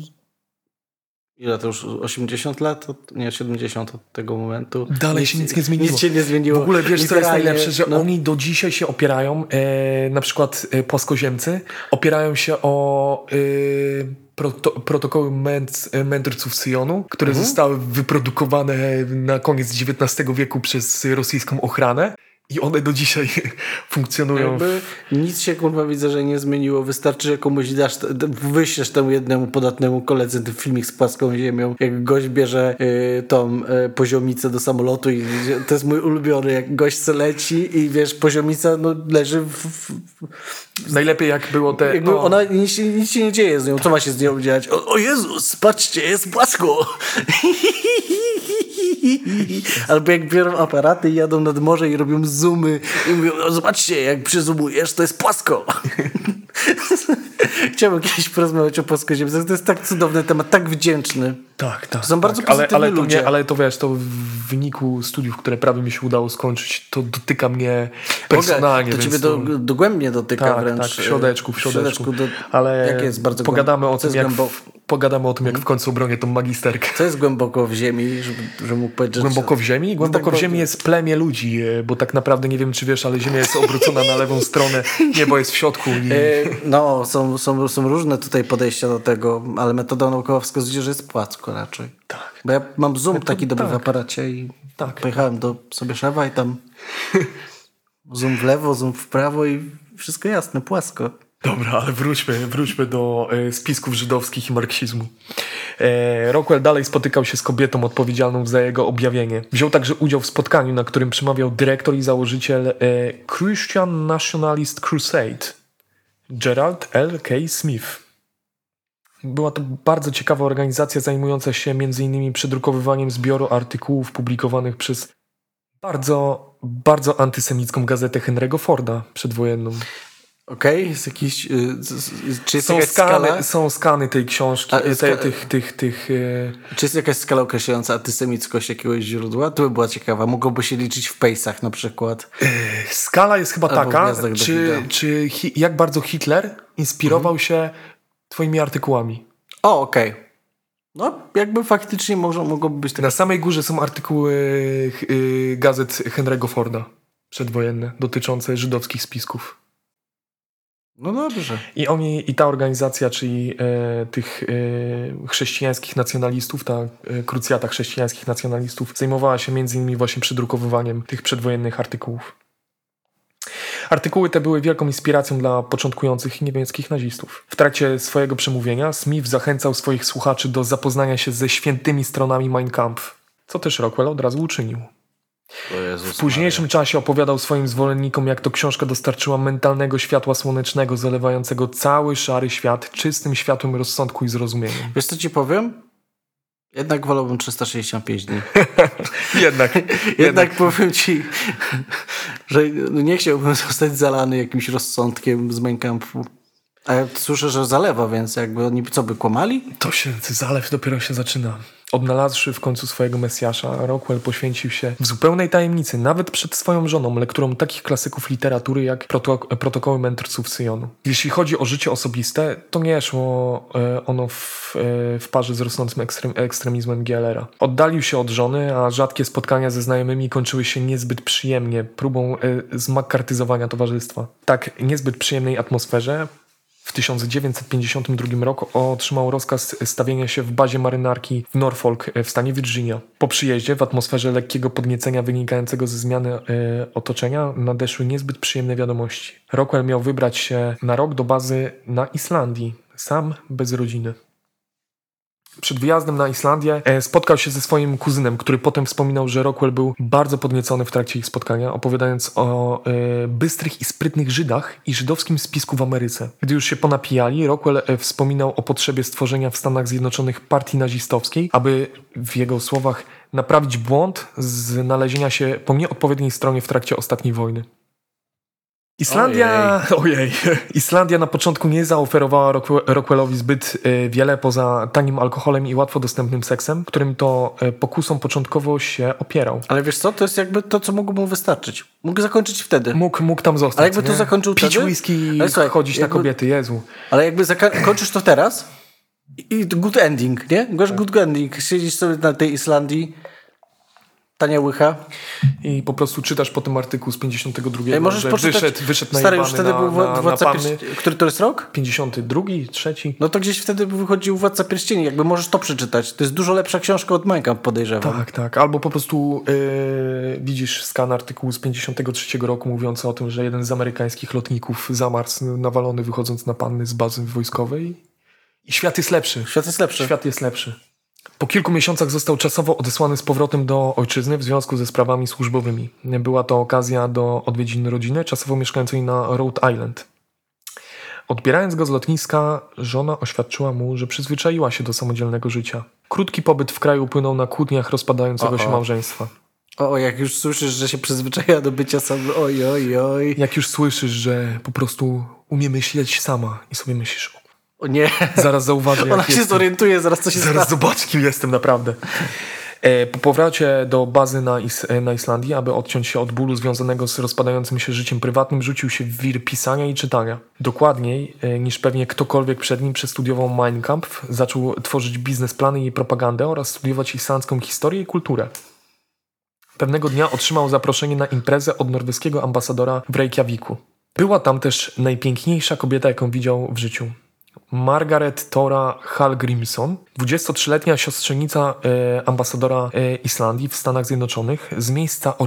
Ile to już? 80 lat? 70 od tego momentu. Dalej się nic nie zmieniło. Nic się nie zmieniło. W ogóle wiesz, co jest najlepsze? Że oni do dzisiaj się opierają, na przykład płaskoziemcy, opierają się o protokoły mędrców Syjonu, które zostały wyprodukowane na koniec XIX wieku przez rosyjską ochranę. I one do dzisiaj funkcjonują. Nic się, kurwa, widzę, że nie zmieniło. Wystarczy, że komuś wyślesz temu jednemu podatnemu koledze ten filmik z płaską ziemią, jak gość bierze tą poziomicę do samolotu i to jest mój ulubiony, jak gość se leci i wiesz, poziomica leży Najlepiej jak było te... Jakby ona, nic się nie dzieje z nią. Co ma się z nią dziać? O Jezus, patrzcie, jest płasko! Albo jak biorą aparaty i jadą nad morze i robią zoomy i mówią, zobaczcie, jak przyzoomujesz, to jest płasko. Chciałbym kiedyś porozmawiać o płaskoziemcach. To jest tak cudowny temat, tak wdzięczny. Tak. To są bardzo pozytywni ludzie. Ale to wiesz, to w wyniku studiów, które prawie mi się udało skończyć, to dotyka mnie personalnie. To ciebie dogłębnie dotyka wręcz. Tak, w środeczku. Ale jak jest bardzo pogadamy o tym, jak w końcu obronię tą magisterkę. Co jest głęboko w ziemi, że mógł powiedzieć... Głęboko w ziemi? Głęboko w ziemi jest plemię ludzi, bo tak naprawdę nie wiem, czy wiesz, ale ziemia jest obrócona na lewą stronę, niebo jest w środku. No, są różne tutaj podejścia do tego, ale metoda naukowa wskazuje, że jest płasko raczej. Tak. Bo ja mam zoom taki dobry w aparacie i pojechałem do sobie szefa i tam zoom w lewo, zoom w prawo i wszystko jasne, płasko. Dobra, ale wróćmy do spisków żydowskich i marksizmu. Rockwell dalej spotykał się z kobietą odpowiedzialną za jego objawienie. Wziął także udział w spotkaniu, na którym przemawiał dyrektor i założyciel Christian Nationalist Crusade, Gerald L. K. Smith. Była to bardzo ciekawa organizacja zajmująca się m.in. przedrukowywaniem zbioru artykułów publikowanych przez bardzo antysemicką gazetę Henry'ego Forda przedwojenną. Okej, jest jakiś... czy jest jakaś skala? Są skany tej książki, Czy jest jakaś skala określająca antysemickość jakiegoś źródła? To by była ciekawa. Mogłoby się liczyć w pejsach na przykład. Skala jest chyba taka, czy jak bardzo Hitler inspirował się twoimi artykułami. O, okej. No, jakby faktycznie mogłoby być tak. Na samej górze są artykuły gazet Henry'ego Forda przedwojenne dotyczące żydowskich spisków. No dobrze. I ta organizacja, czyli tych chrześcijańskich nacjonalistów, ta krucjata chrześcijańskich nacjonalistów zajmowała się między innymi właśnie przedrukowywaniem tych przedwojennych artykułów. Artykuły te były wielką inspiracją dla początkujących niemieckich nazistów. W trakcie swojego przemówienia Smith zachęcał swoich słuchaczy do zapoznania się ze świętymi stronami Mein Kampf, co też Rockwell od razu uczynił. W późniejszym czasie opowiadał swoim zwolennikom, jak to książka dostarczyła mentalnego światła słonecznego, zalewającego cały szary świat czystym światłem rozsądku i zrozumieniem. Wiesz, co ci powiem? Jednak wolałbym 365 dni. Jednak powiem ci, że nie chciałbym zostać zalany jakimś rozsądkiem z Mein Kampfu. A ja słyszę, że zalewa, więc jakby oni co by kłamali? Zalew dopiero się zaczyna. Odnalazłszy w końcu swojego Mesjasza, Rockwell poświęcił się w zupełnej tajemnicy, nawet przed swoją żoną, lekturą takich klasyków literatury jak Protokoły Mędrców Syjonu. Jeśli chodzi o życie osobiste, to nie szło ono w parze z rosnącym ekstremizmem GLR-a. Oddalił się od żony, a rzadkie spotkania ze znajomymi kończyły się niezbyt przyjemnie, próbą zmakartyzowania towarzystwa. Tak niezbyt przyjemnej atmosferze w 1952 roku otrzymał rozkaz stawienia się w bazie marynarki w Norfolk w stanie Virginia. Po przyjeździe w atmosferze lekkiego podniecenia wynikającego ze zmiany otoczenia nadeszły niezbyt przyjemne wiadomości. Rockwell miał wybrać się na rok do bazy na Islandii, sam bez rodziny. Przed wyjazdem na Islandię spotkał się ze swoim kuzynem, który potem wspominał, że Rockwell był bardzo podniecony w trakcie ich spotkania, opowiadając o bystrych i sprytnych Żydach i żydowskim spisku w Ameryce. Gdy już się ponapijali, Rockwell wspominał o potrzebie stworzenia w Stanach Zjednoczonych partii nazistowskiej, aby w jego słowach naprawić błąd znalezienia się po nieodpowiedniej stronie w trakcie ostatniej wojny. Islandia na początku nie zaoferowała Rockwellowi zbyt wiele poza tanim alkoholem i łatwo dostępnym seksem, którym to pokusą początkowo się opierał. Ale wiesz co, to jest jakby to, co mogło mu wystarczyć. Mógł zakończyć wtedy. Mógł tam zostać. Ale jakby to zakończył pić wtedy? whisky i chodzić na kobiety, Jezu. Ale jakby kończysz to teraz i good ending, nie? Good ending. Siedzisz sobie na tej Islandii, tania łycha. I po prostu czytasz po tym artykuł z 52, możesz że poczytać, wyszedł stary, już wtedy był Władca Pierścieni. Który to jest rok? 52, 3. No to gdzieś wtedy wychodził Władca Pierścieni. Jakby możesz to przeczytać. To jest dużo lepsza książka od Mein Kampf, podejrzewam. Tak. Albo po prostu widzisz skan artykułu z 53 roku mówiący o tym, że jeden z amerykańskich lotników zamarł nawalony wychodząc na panny z bazy wojskowej. I świat jest lepszy. Świat jest lepszy. Po kilku miesiącach został czasowo odesłany z powrotem do ojczyzny w związku ze sprawami służbowymi. Była to okazja do odwiedzin rodziny, czasowo mieszkającej na Rhode Island. Odbierając go z lotniska, żona oświadczyła mu, że przyzwyczaiła się do samodzielnego życia. Krótki pobyt w kraju upłynął na kłótniach rozpadającego się małżeństwa. Jak już słyszysz, że się przyzwyczaja do bycia sam, oj. Jak już słyszysz, że po prostu umie myśleć sama i sobie myślisz, o nie. Zaraz zauważy, Ona się zorientuje, zaraz co się stanie. Zaraz zobacz, kim jestem naprawdę. Po powrocie do bazy na Islandii, aby odciąć się od bólu związanego z rozpadającym się życiem prywatnym, rzucił się w wir pisania i czytania. Dokładniej niż pewnie ktokolwiek przed nim przestudiował Mein Kampf, zaczął tworzyć biznesplany i propagandę oraz studiować islandzką historię i kulturę. Pewnego dnia otrzymał zaproszenie na imprezę od norweskiego ambasadora w Reykjaviku. Była tam też najpiękniejsza kobieta, jaką widział w życiu. Margaret Thora Hallgrímsson, 23-letnia siostrzenica ambasadora Islandii w Stanach Zjednoczonych, z miejsca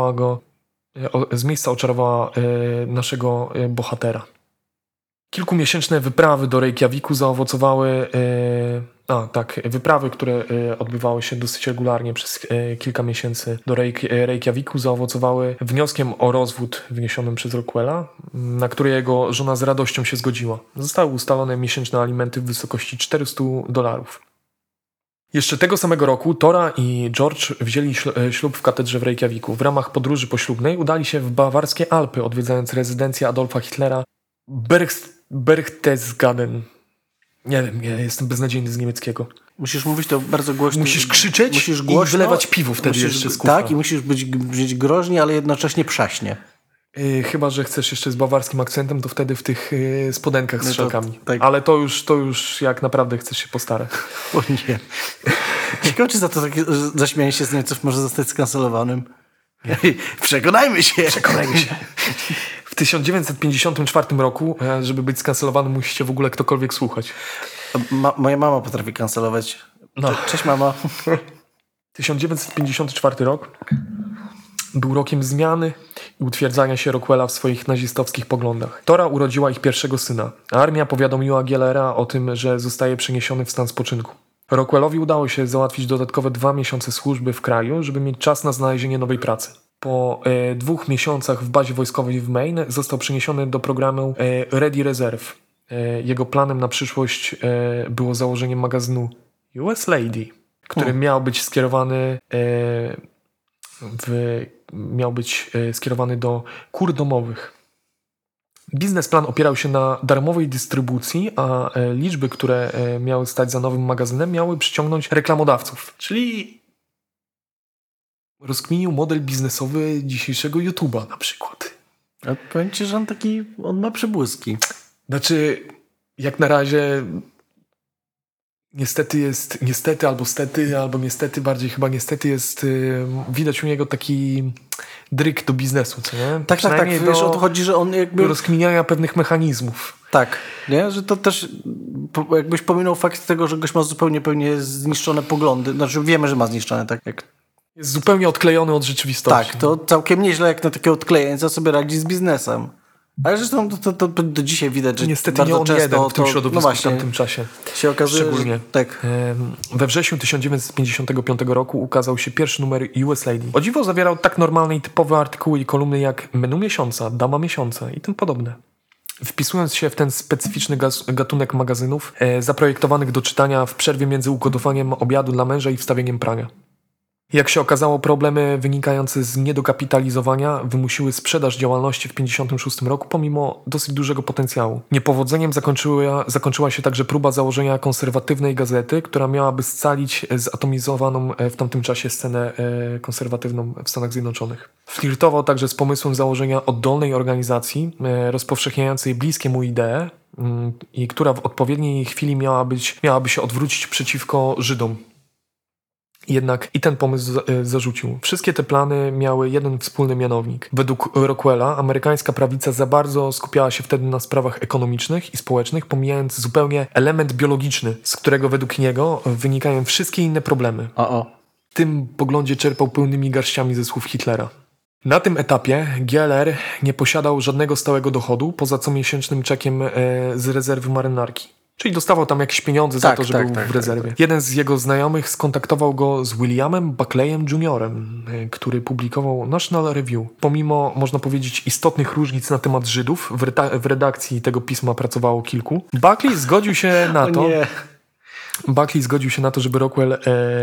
oczarowała naszego bohatera. Kilkumiesięczne wyprawy do Reykjaviku zaowocowały... wyprawy, które odbywały się dosyć regularnie przez kilka miesięcy do Reykjaviku, zaowocowały wnioskiem o rozwód wniesionym przez Rockwella, na który jego żona z radością się zgodziła. Zostały ustalone miesięczne alimenty w wysokości $400. Jeszcze tego samego roku Tora i George wzięli ślub w katedrze w Reykjaviku. W ramach podróży poślubnej udali się w bawarskie Alpy, odwiedzając rezydencję Adolfa Hitlera Berchtesgaden. Nie wiem, ja jestem beznadziejny z niemieckiego. Musisz mówić to bardzo głośno. Musisz krzyczeć musisz głośno, i wylewać piwo wtedy jeszcze z kufra. Tak, i musisz brzmieć groźnie, ale jednocześnie przaśnie. Chyba że chcesz jeszcze z bawarskim akcentem, to wtedy w tych spodenkach z szalkami. Tak. Ale to już jak naprawdę chcesz się postarać. O nie. Ciekawe, czy za to takie zaśmianie się z Niemców może zostać skancelowanym. Przekonajmy się. W 1954 roku, żeby być skancelowanym, musicie w ogóle ktokolwiek słuchać. Moja mama potrafi kancelować. No. Cześć, mama. 1954 rok był rokiem zmiany i utwierdzania się Rockwella w swoich nazistowskich poglądach. Tora urodziła ich pierwszego syna. Armia powiadomiła Gielera o tym, że zostaje przeniesiony w stan spoczynku. Rockwellowi udało się załatwić dodatkowe 2 miesiące służby w kraju, żeby mieć czas na znalezienie nowej pracy. Po 2 miesiącach w bazie wojskowej w Maine został przeniesiony do programu Ready Reserve. Jego planem na przyszłość było założenie magazynu US Lady, który miał być skierowany do kur domowych. Biznesplan opierał się na darmowej dystrybucji, a liczby, które miały stać za nowym magazynem, miały przyciągnąć reklamodawców. Czyli rozkminił model biznesowy dzisiejszego YouTube'a na przykład. A powiem ci, że on ma przybłyski. Znaczy, jak na razie niestety albo niestety, bardziej chyba niestety jest, widać u niego taki dryg do biznesu, co nie? Tak, wiesz, o to chodzi, że on jakby... Do rozkminiania pewnych mechanizmów. Tak, nie? Że to też jakbyś pominął fakt tego, że gość ma zupełnie pewnie zniszczone poglądy. Znaczy wiemy, że ma zniszczone, tak jak... Jest zupełnie odklejony od rzeczywistości. Tak, to całkiem nieźle jak na takie odklejeńca sobie radzi z biznesem. Ale zresztą to do dzisiaj widać, że niestety bardzo nie on często jeden w tym środowisku w tamtym czasie. Się okazuje, szczególnie. Tak. We wrześniu 1955 roku ukazał się pierwszy numer US Lady. O dziwo zawierał tak normalne i typowe artykuły i kolumny jak menu miesiąca, dama miesiąca i tym podobne. Wpisując się w ten specyficzny gatunek magazynów zaprojektowanych do czytania w przerwie między ugotowaniem obiadu dla męża i wstawieniem prania. Jak się okazało, problemy wynikające z niedokapitalizowania wymusiły sprzedaż działalności w 1956 roku pomimo dosyć dużego potencjału. Niepowodzeniem zakończyła się także próba założenia konserwatywnej gazety, która miałaby scalić zatomizowaną w tamtym czasie scenę konserwatywną w Stanach Zjednoczonych. Flirtował także z pomysłem założenia oddolnej organizacji rozpowszechniającej bliskie mu idee i która w odpowiedniej chwili miałaby się odwrócić przeciwko Żydom. Jednak i ten pomysł zarzucił. Wszystkie te plany miały jeden wspólny mianownik. Według Rockwella amerykańska prawica za bardzo skupiała się wtedy na sprawach ekonomicznych i społecznych, pomijając zupełnie element biologiczny, z którego według niego wynikają wszystkie inne problemy. W tym poglądzie czerpał pełnymi garściami ze słów Hitlera. Na tym etapie Gieler nie posiadał żadnego stałego dochodu poza comiesięcznym czekiem z rezerwy marynarki. Czyli dostawał tam jakieś pieniądze za to, że był w rezerwie. Tak. Jeden z jego znajomych skontaktował go z Williamem Buckleyem Jr., który publikował National Review. Pomimo, można powiedzieć, istotnych różnic na temat Żydów, w redakcji tego pisma pracowało kilku. Buckley zgodził się na to, żeby Rockwell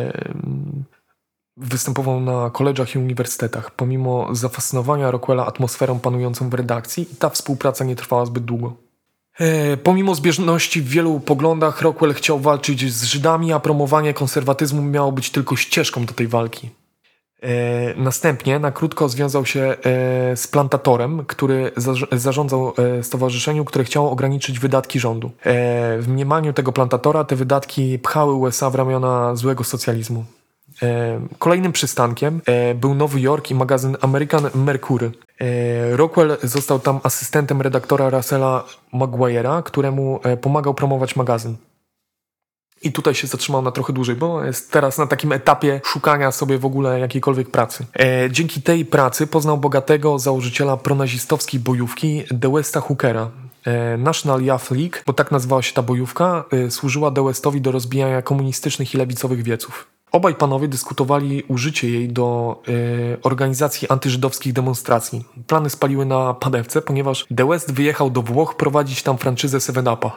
występował na koledżach i uniwersytetach. Pomimo zafascynowania Rockwella atmosferą panującą w redakcji, ta współpraca nie trwała zbyt długo. Pomimo zbieżności w wielu poglądach, Rockwell chciał walczyć z Żydami, a promowanie konserwatyzmu miało być tylko ścieżką do tej walki. Następnie na krótko związał się z plantatorem, który zarządzał stowarzyszeniu, które chciało ograniczyć wydatki rządu. W mniemaniu tego plantatora te wydatki pchały USA w ramiona złego socjalizmu. Kolejnym przystankiem był Nowy Jork i magazyn American Mercury. Rockwell został tam asystentem redaktora Russella Maguire'a, któremu pomagał promować magazyn. I tutaj się zatrzymał na trochę dłużej, bo jest teraz na takim etapie szukania sobie w ogóle jakiejkolwiek pracy. Dzięki tej pracy poznał bogatego założyciela pronazistowskiej bojówki DeWesta Hookera. National Youth League, bo tak nazywała się ta bojówka, służyła DeWestowi do rozbijania komunistycznych i lewicowych wieców. Obaj panowie dyskutowali użycie jej do organizacji antyżydowskich demonstracji. Plany spaliły na panewce, ponieważ DeWest wyjechał do Włoch prowadzić tam franczyzę 7-Upa.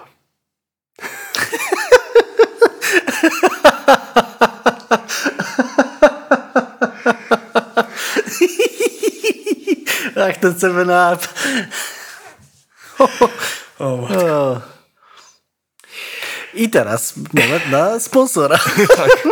Ach, ten 7-Up. I teraz moment na sponsora. Tak.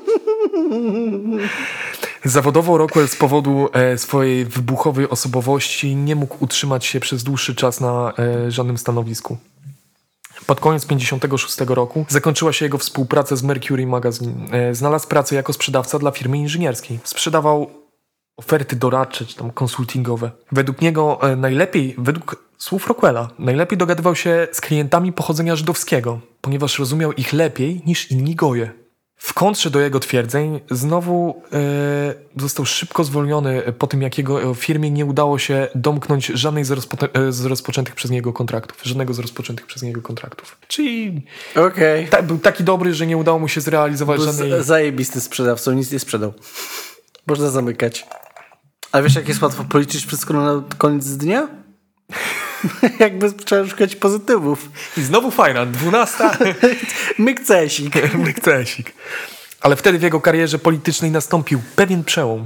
Zawodowo Rockwell z powodu swojej wybuchowej osobowości nie mógł utrzymać się przez dłuższy czas na żadnym stanowisku. Pod koniec 1956 roku zakończyła się jego współpraca z Mercury Magazine. Znalazł pracę jako sprzedawca dla firmy inżynierskiej. Sprzedawał oferty doradcze czy tam konsultingowe. Według niego według słów Rockwella, najlepiej dogadywał się z klientami pochodzenia żydowskiego, ponieważ rozumiał ich lepiej niż inni goje. W kontrze do jego twierdzeń znowu został szybko zwolniony po tym, jak jego firmie nie udało się domknąć żadnej z rozpoczętych przez niego kontraktów. Żadnego z rozpoczętych przez niego kontraktów. Czyli był taki dobry, że nie udało mu się zrealizować żadnej... Zajebisty sprzedawcą, nic nie sprzedał. Można zamykać. A wiesz, jak jest łatwo policzyć wszystko na koniec dnia? Jakby trzeba szukać pozytywów. I znowu fajna, 12. Mykcesik. Ale wtedy w jego karierze politycznej nastąpił pewien przełom.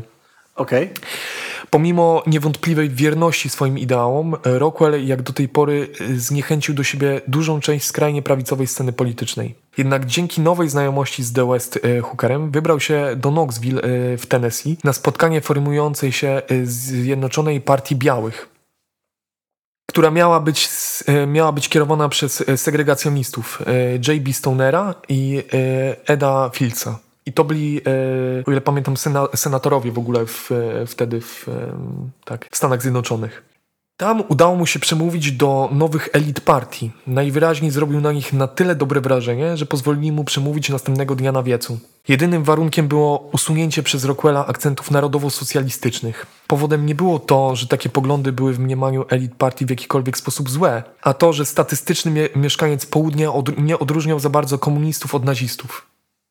Pomimo niewątpliwej wierności swoim ideałom, Rockwell jak do tej pory zniechęcił do siebie dużą część skrajnie prawicowej sceny politycznej. Jednak dzięki nowej znajomości z The West Hookerem wybrał się do Knoxville w Tennessee na spotkanie formującej się Zjednoczonej Partii Białych, która miała być kierowana przez segregacjonistów J.B. Stonera i Eda Fieldsa. I to byli, o ile pamiętam, senatorowie w ogóle wtedy w Stanach Zjednoczonych. Tam udało mu się przemówić do nowych elit partii. Najwyraźniej zrobił na nich na tyle dobre wrażenie, że pozwolili mu przemówić następnego dnia na wiecu. Jedynym warunkiem było usunięcie przez Rockwella akcentów narodowo-socjalistycznych. Powodem nie było to, że takie poglądy były w mniemaniu elit partii w jakikolwiek sposób złe, a to, że statystyczny mieszkaniec południa nie odróżniał za bardzo komunistów od nazistów.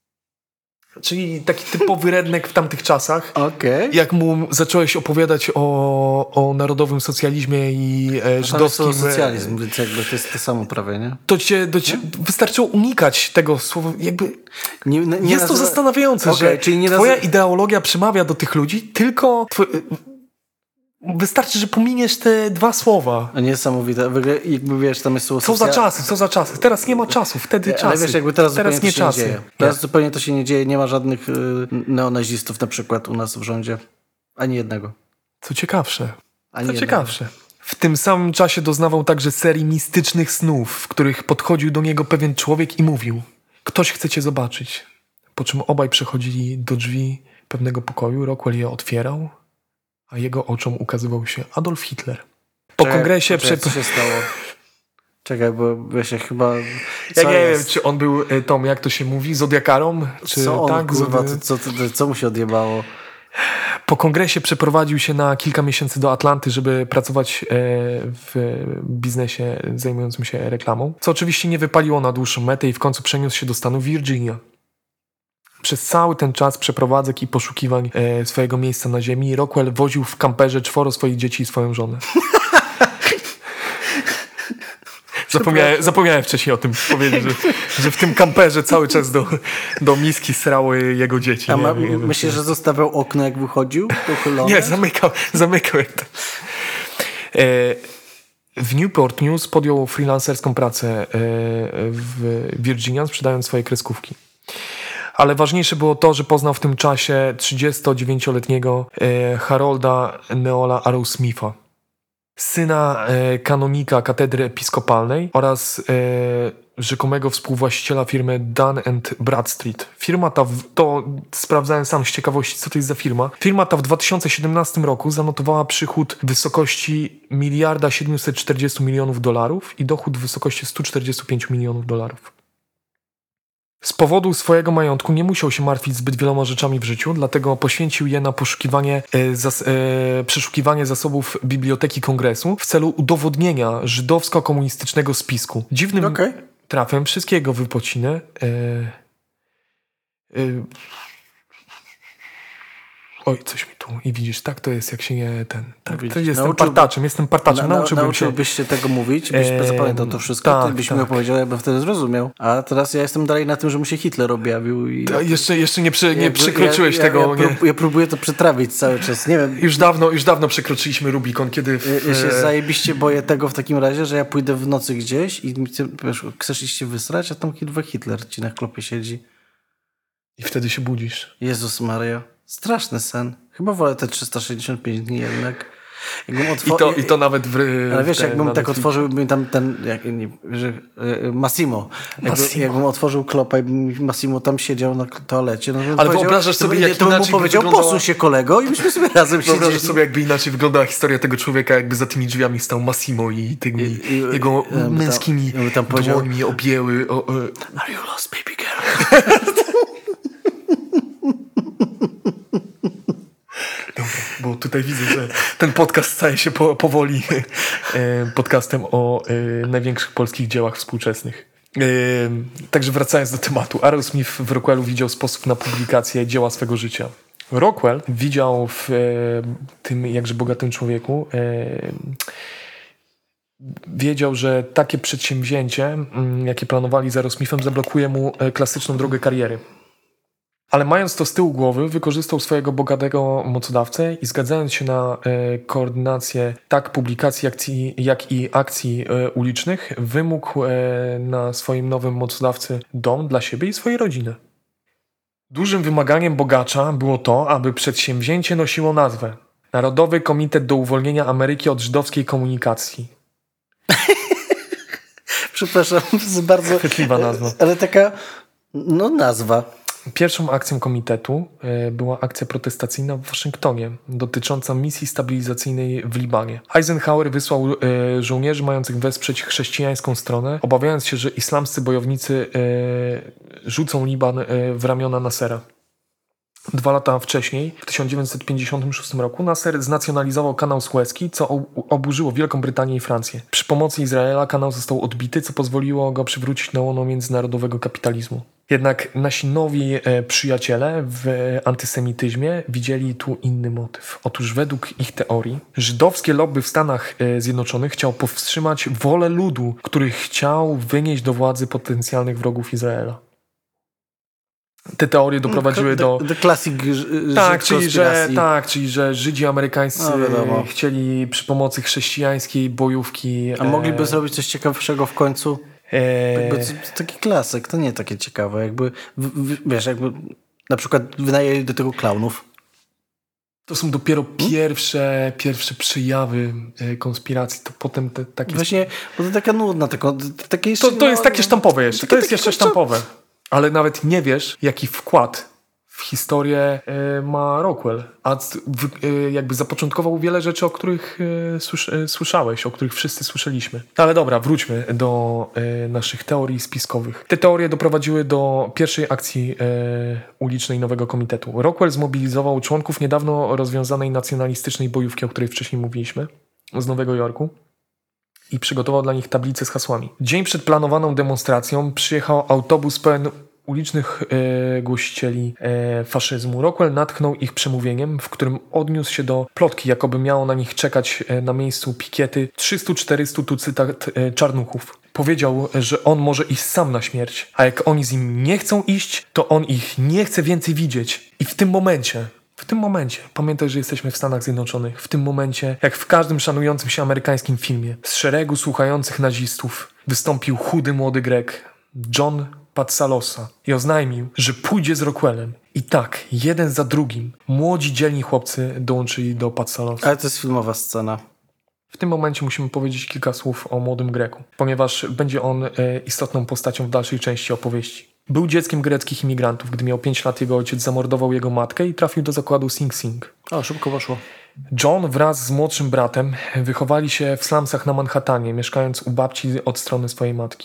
Czyli taki typowy redneck w tamtych czasach. Jak mu zacząłeś opowiadać o narodowym socjalizmie i żydowskim... To socjalizm, więc jakby to jest to samo prawie, nie? To cię wystarczyło unikać tego słowa. Jakby jest to zastanawiające, że czyli twoja ideologia przemawia do tych ludzi, tylko wystarczy, że pominiesz te dwa słowa. Niesamowite. Jakby wiesz, tam jest słowo... Co za czasy. Teraz nie ma czasu, wtedy czasy. Ale wiesz, jakby teraz zupełnie nie to się nie dzieje. Teraz zupełnie to się nie dzieje. Nie ma żadnych neonazistów na przykład u nas w rządzie. Ani jednego. Co ciekawsze. W tym samym czasie doznawał także serii mistycznych snów, w których podchodził do niego pewien człowiek i mówił: ktoś chce cię zobaczyć. Po czym obaj przechodzili do drzwi pewnego pokoju. Rockwell je otwierał, a jego oczom ukazywał się Adolf Hitler. Po kongresie... Co się stało? Czekaj, bo wiesz, chyba... Ja nie wiem, czy on był jak to się mówi, zodiakarą? Czy co on, kurwa, co mu się odjebało? Po kongresie przeprowadził się na kilka miesięcy do Atlanty, żeby pracować w biznesie zajmującym się reklamą, co oczywiście nie wypaliło na dłuższą metę i w końcu przeniósł się do stanu Virginia. Przez cały ten czas przeprowadzek i poszukiwań swojego miejsca na ziemi Rockwell woził w kamperze 4 swoich dzieci i swoją żonę. Zapomniałem wcześniej o tym powiedzieć, że w tym kamperze cały czas do miski srały jego dzieci. Myślisz, że zostawiał okno, jak wychodził? Nie, zamykał jak to. W Newport News podjął freelancerską pracę w Virginia, sprzedając swoje kreskówki. Ale ważniejsze było to, że poznał w tym czasie 39-letniego Harolda Neola Arrowsmitha, syna kanonika katedry episkopalnej oraz rzekomego współwłaściciela firmy Dun & Bradstreet. Firma ta, to sprawdzałem sam z ciekawości, co to jest za firma. Firma ta w 2017 roku zanotowała przychód w wysokości $1,740 milionów i dochód w wysokości $145 milionów. Z powodu swojego majątku nie musiał się martwić zbyt wieloma rzeczami w życiu, dlatego poświęcił je na przeszukiwanie zasobów Biblioteki Kongresu w celu udowodnienia żydowsko-komunistycznego spisku. Dziwnym trafem wszystkie jego wypociny oj, coś mi tu. I widzisz, tak to jest, jak się nie jestem partaczem. Nauczyłbyś się tego mówić, byś zapamiętał to wszystko, ty byś mi opowiedział, ja bym wtedy zrozumiał. A teraz ja jestem dalej na tym, że mu się Hitler objawił. Jeszcze nie przekroczyłeś tego. Ja próbuję to przetrawić cały czas. Nie wiem. Już dawno przekroczyliśmy Rubikon, kiedy... Ja się zajebiście boję tego w takim razie, że ja pójdę w nocy gdzieś i wiesz, chcesz iść się wysrać, a tam Hitler ci na klopie siedzi. I wtedy się budzisz. Jezus Maria. Straszny sen. Chyba wolę te 365 dni jednak. I to nawet ale wiesz, jakbym tak otworzył, bym tam Massimo. Jakbym otworzył klopa i Massimo tam siedział na toalecie. No, ale wyobrażasz sobie, jak to bym mu powiedział, posuń się kolego i byśmy sobie razem siedzieli. Wyobrażasz sobie, jakby inaczej wyglądała historia tego człowieka, jakby za tymi drzwiami stał Massimo i tymi jego męskimi dłońmi objęły. Are you lost, baby girl? Dobra, bo tutaj widzę, że ten podcast staje się powoli podcastem o największych polskich dziełach współczesnych. Także wracając do tematu. Arrowsmith w Rockwellu widział sposób na publikację dzieła swego życia. Rockwell widział w tym jakże bogatym człowieku wiedział, że takie przedsięwzięcie, jakie planowali z Arrowsmithem, zablokuje mu klasyczną drogę kariery. Ale mając to z tyłu głowy, wykorzystał swojego bogatego mocodawcę i zgadzając się na koordynację tak publikacji, jak i akcji ulicznych, wymógł na swoim nowym mocodawcy dom dla siebie i swojej rodziny. Dużym wymaganiem bogacza było to, aby przedsięwzięcie nosiło nazwę Narodowy Komitet do Uwolnienia Ameryki od Żydowskiej Komunikacji. Przepraszam, to jest bardzo... chwytliwa nazwa. Ale taka, nazwa. Pierwszą akcją komitetu była akcja protestacyjna w Waszyngtonie dotycząca misji stabilizacyjnej w Libanie. Eisenhower wysłał żołnierzy mających wesprzeć chrześcijańską stronę, obawiając się, że islamscy bojownicy rzucą Liban w ramiona Nassera. 2 lata wcześniej, w 1956 roku, Nasser znacjonalizował kanał Suezki, co oburzyło Wielką Brytanię i Francję. Przy pomocy Izraela kanał został odbity, co pozwoliło go przywrócić na łono międzynarodowego kapitalizmu. Jednak nasi nowi przyjaciele w antysemityzmie widzieli tu inny motyw. Otóż według ich teorii żydowskie lobby w Stanach Zjednoczonych chciało powstrzymać wolę ludu, który chciał wynieść do władzy potencjalnych wrogów Izraela. Te teorie doprowadziły do... Classic czyli że Żydzi amerykańscy chcieli przy pomocy chrześcijańskiej bojówki... A mogliby zrobić coś ciekawszego w końcu? To taki klasyk, to nie takie ciekawe. Wiesz, na przykład wynajęli do tego klaunów. To są dopiero pierwsze przejawy konspiracji, to potem te takie... Właśnie, bo to taka nudna. Takie jeszcze, to jest takie sztampowe jeszcze, to jest jeszcze sztampowe. Ale nawet nie wiesz, jaki wkład w historię ma Rockwell. A jakby zapoczątkował wiele rzeczy, o których słyszałeś, o których wszyscy słyszeliśmy. Ale dobra, wróćmy do naszych teorii spiskowych. Te teorie doprowadziły do pierwszej akcji ulicznej nowego komitetu. Rockwell zmobilizował członków niedawno rozwiązanej nacjonalistycznej bojówki, o której wcześniej mówiliśmy, z Nowego Jorku. I przygotował dla nich tablicę z hasłami. Dzień przed planowaną demonstracją przyjechał autobus pełen ulicznych głosicieli faszyzmu. Rockwell natchnął ich przemówieniem, w którym odniósł się do plotki, jakoby miało na nich czekać na miejscu pikiety 300-400, tu cytat, czarnuchów. Powiedział, że on może iść sam na śmierć, a jak oni z nim nie chcą iść, to on ich nie chce więcej widzieć. I w tym momencie, pamiętaj, że jesteśmy w Stanach Zjednoczonych, w tym momencie, jak w każdym szanującym się amerykańskim filmie, z szeregu słuchających nazistów wystąpił chudy młody Grek, John Patsalosa, i oznajmił, że pójdzie z Rockwellem. I tak, jeden za drugim, młodzi, dzielni chłopcy dołączyli do Patsalosa. Ale to jest filmowa scena. W tym momencie musimy powiedzieć kilka słów o młodym Greku, ponieważ będzie on istotną postacią w dalszej części opowieści. Był dzieckiem greckich imigrantów. Gdy miał 5 lat, jego ojciec zamordował jego matkę i trafił do zakładu Sing Sing. O, szybko poszło. John wraz z młodszym bratem wychowali się w slumsach na Manhattanie, mieszkając u babci od strony swojej matki.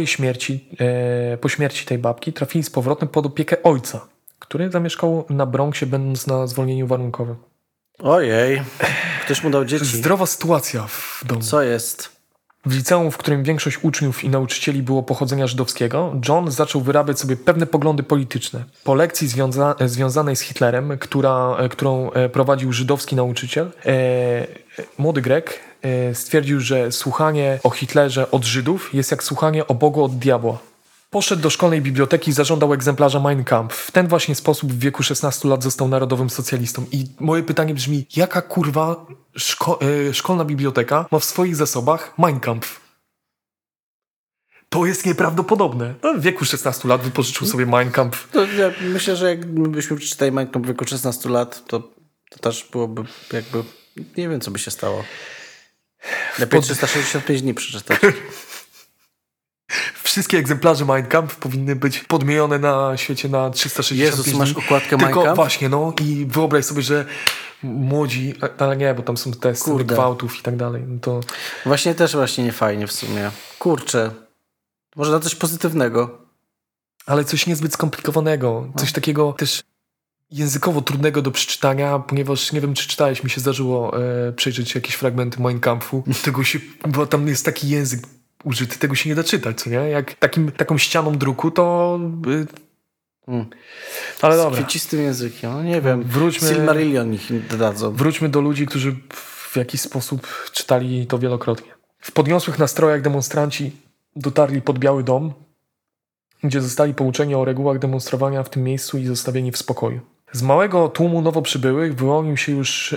Po śmierci tej babki trafili z powrotem pod opiekę ojca, który zamieszkał na Bronxie, będąc na zwolnieniu warunkowym. Ojej, ktoś mu dał dzieci. Zdrowa sytuacja w domu. Co jest? W liceum, w którym większość uczniów i nauczycieli było pochodzenia żydowskiego, John zaczął wyrabiać sobie pewne poglądy polityczne. Po lekcji związanej z Hitlerem, którą prowadził żydowski nauczyciel, młody Grek stwierdził, że słuchanie o Hitlerze od Żydów jest jak słuchanie o Bogu od diabła. Poszedł do szkolnej biblioteki i zażądał egzemplarza Mein Kampf. W ten właśnie sposób w wieku 16 lat został narodowym socjalistą. I moje pytanie brzmi, jaka kurwa szkolna biblioteka ma w swoich zasobach Mein Kampf? To jest nieprawdopodobne. No, w wieku 16 lat wypożyczył sobie Mein Kampf. To ja myślę, że jakbyśmy przeczytali Mein Kampf w wieku 16 lat, to też byłoby jakby Nie wiem, co by się stało. Lepiej 365 dni przeczytać. Wszystkie egzemplarze Mein Kampf powinny być podmienione na świecie na 365 Jezus, dni. masz okładkę Mein Tylko Kampf? właśnie, no i wyobraź sobie, że młodzi, ale nie, bo tam są te sceny gwałtów i tak dalej. No to... Właśnie nie fajnie w sumie. Kurczę. Może na coś pozytywnego. Ale coś niezbyt skomplikowanego. Coś takiego też językowo trudnego do przeczytania, ponieważ nie wiem, czy czytałeś, mi się zdarzyło przejrzeć jakieś fragmenty Mein Kampfu. Bo tam jest taki język użyty, tego się nie da czytać, co nie? Jak taką ścianą druku, to... Ale dobra. Z kwiecistym językiem, no nie wiem. Silmarillion ich dadzą. Wróćmy do ludzi, którzy w jakiś sposób czytali to wielokrotnie. W podniosłych nastrojach demonstranci dotarli pod Biały Dom, gdzie zostali pouczeni o regułach demonstrowania w tym miejscu i zostawieni w spokoju. Z małego tłumu nowo przybyłych wyłonił się już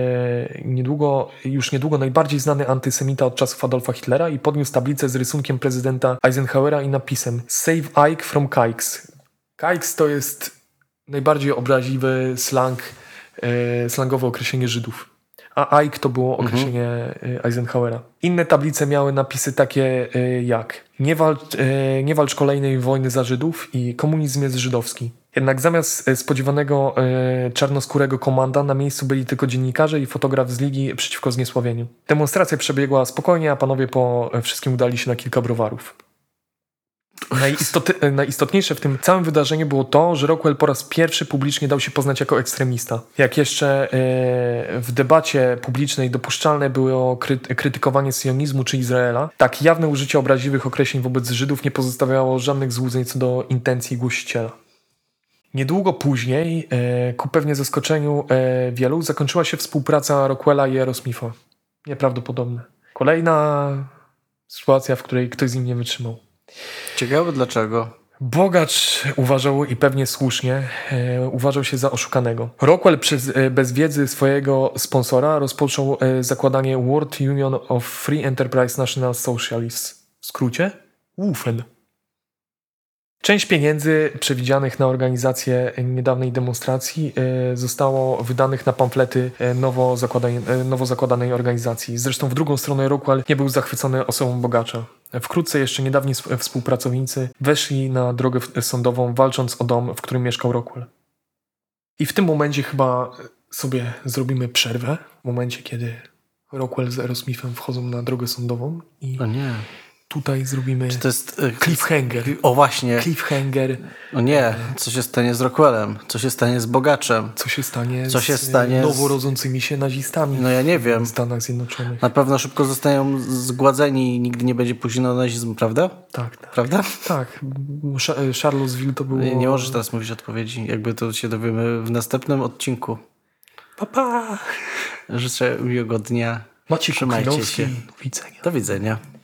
niedługo najbardziej znany antysemita od czasów Adolfa Hitlera i podniósł tablicę z rysunkiem prezydenta Eisenhowera i napisem Save Ike from Kikes. Kikes to jest najbardziej obraźliwy slangowe określenie Żydów. A Ike to było określenie Eisenhowera. Inne tablice miały napisy takie jak nie walcz kolejnej wojny za Żydów i komunizm jest żydowski. Jednak zamiast spodziewanego czarnoskórego komanda na miejscu byli tylko dziennikarze i fotograf z Ligi przeciwko zniesławieniu. Demonstracja przebiegła spokojnie, a panowie po wszystkim udali się na kilka browarów. Najistotniejsze w tym całym wydarzeniu było to, że Rockwell po raz pierwszy publicznie dał się poznać jako ekstremista. Jak jeszcze w debacie publicznej dopuszczalne było krytykowanie sionizmu czy Izraela, tak jawne użycie obraźliwych określeń wobec Żydów nie pozostawiało żadnych złudzeń co do intencji głosiciela. Niedługo później, ku pewnie zaskoczeniu wielu, zakończyła się współpraca Rockwella i Aerosmitha. Nieprawdopodobne. Kolejna sytuacja, w której ktoś z nim nie wytrzymał. Ciekawe dlaczego. Bogacz uważał, i pewnie słusznie, uważał się za oszukanego. Rockwell bez wiedzy swojego sponsora rozpoczął zakładanie World Union of Free Enterprise National Socialists. W skrócie WUFEN. Część pieniędzy przewidzianych na organizację niedawnej demonstracji zostało wydanych na pamflety nowo zakładanej organizacji. Zresztą w drugą stronę Rockwell nie był zachwycony osobą bogacza. Wkrótce jeszcze niedawni współpracownicy weszli na drogę sądową, walcząc o dom, w którym mieszkał Rockwell. I w tym momencie chyba sobie zrobimy przerwę. W momencie, kiedy Rockwell z Aerosmithem wchodzą na drogę sądową. I o nie. Tutaj zrobimy to jest, cliffhanger. O właśnie. Cliffhanger. O nie, co się stanie z Rockwellem? Co się stanie z bogaczem? Co się stanie z noworodzącymi się nazistami? No ja nie wiem. W Stanach Zjednoczonych. Na pewno szybko zostają zgładzeni i nigdy nie będzie później na nazizm, prawda? Tak. Prawda? Tak. Charlottesville to było... Nie możesz teraz mówić odpowiedzi. Jakby to się dowiemy w następnym odcinku. Pa! Życzę miłego dnia. Maciej Trzymajcie się. Do widzenia. Do widzenia.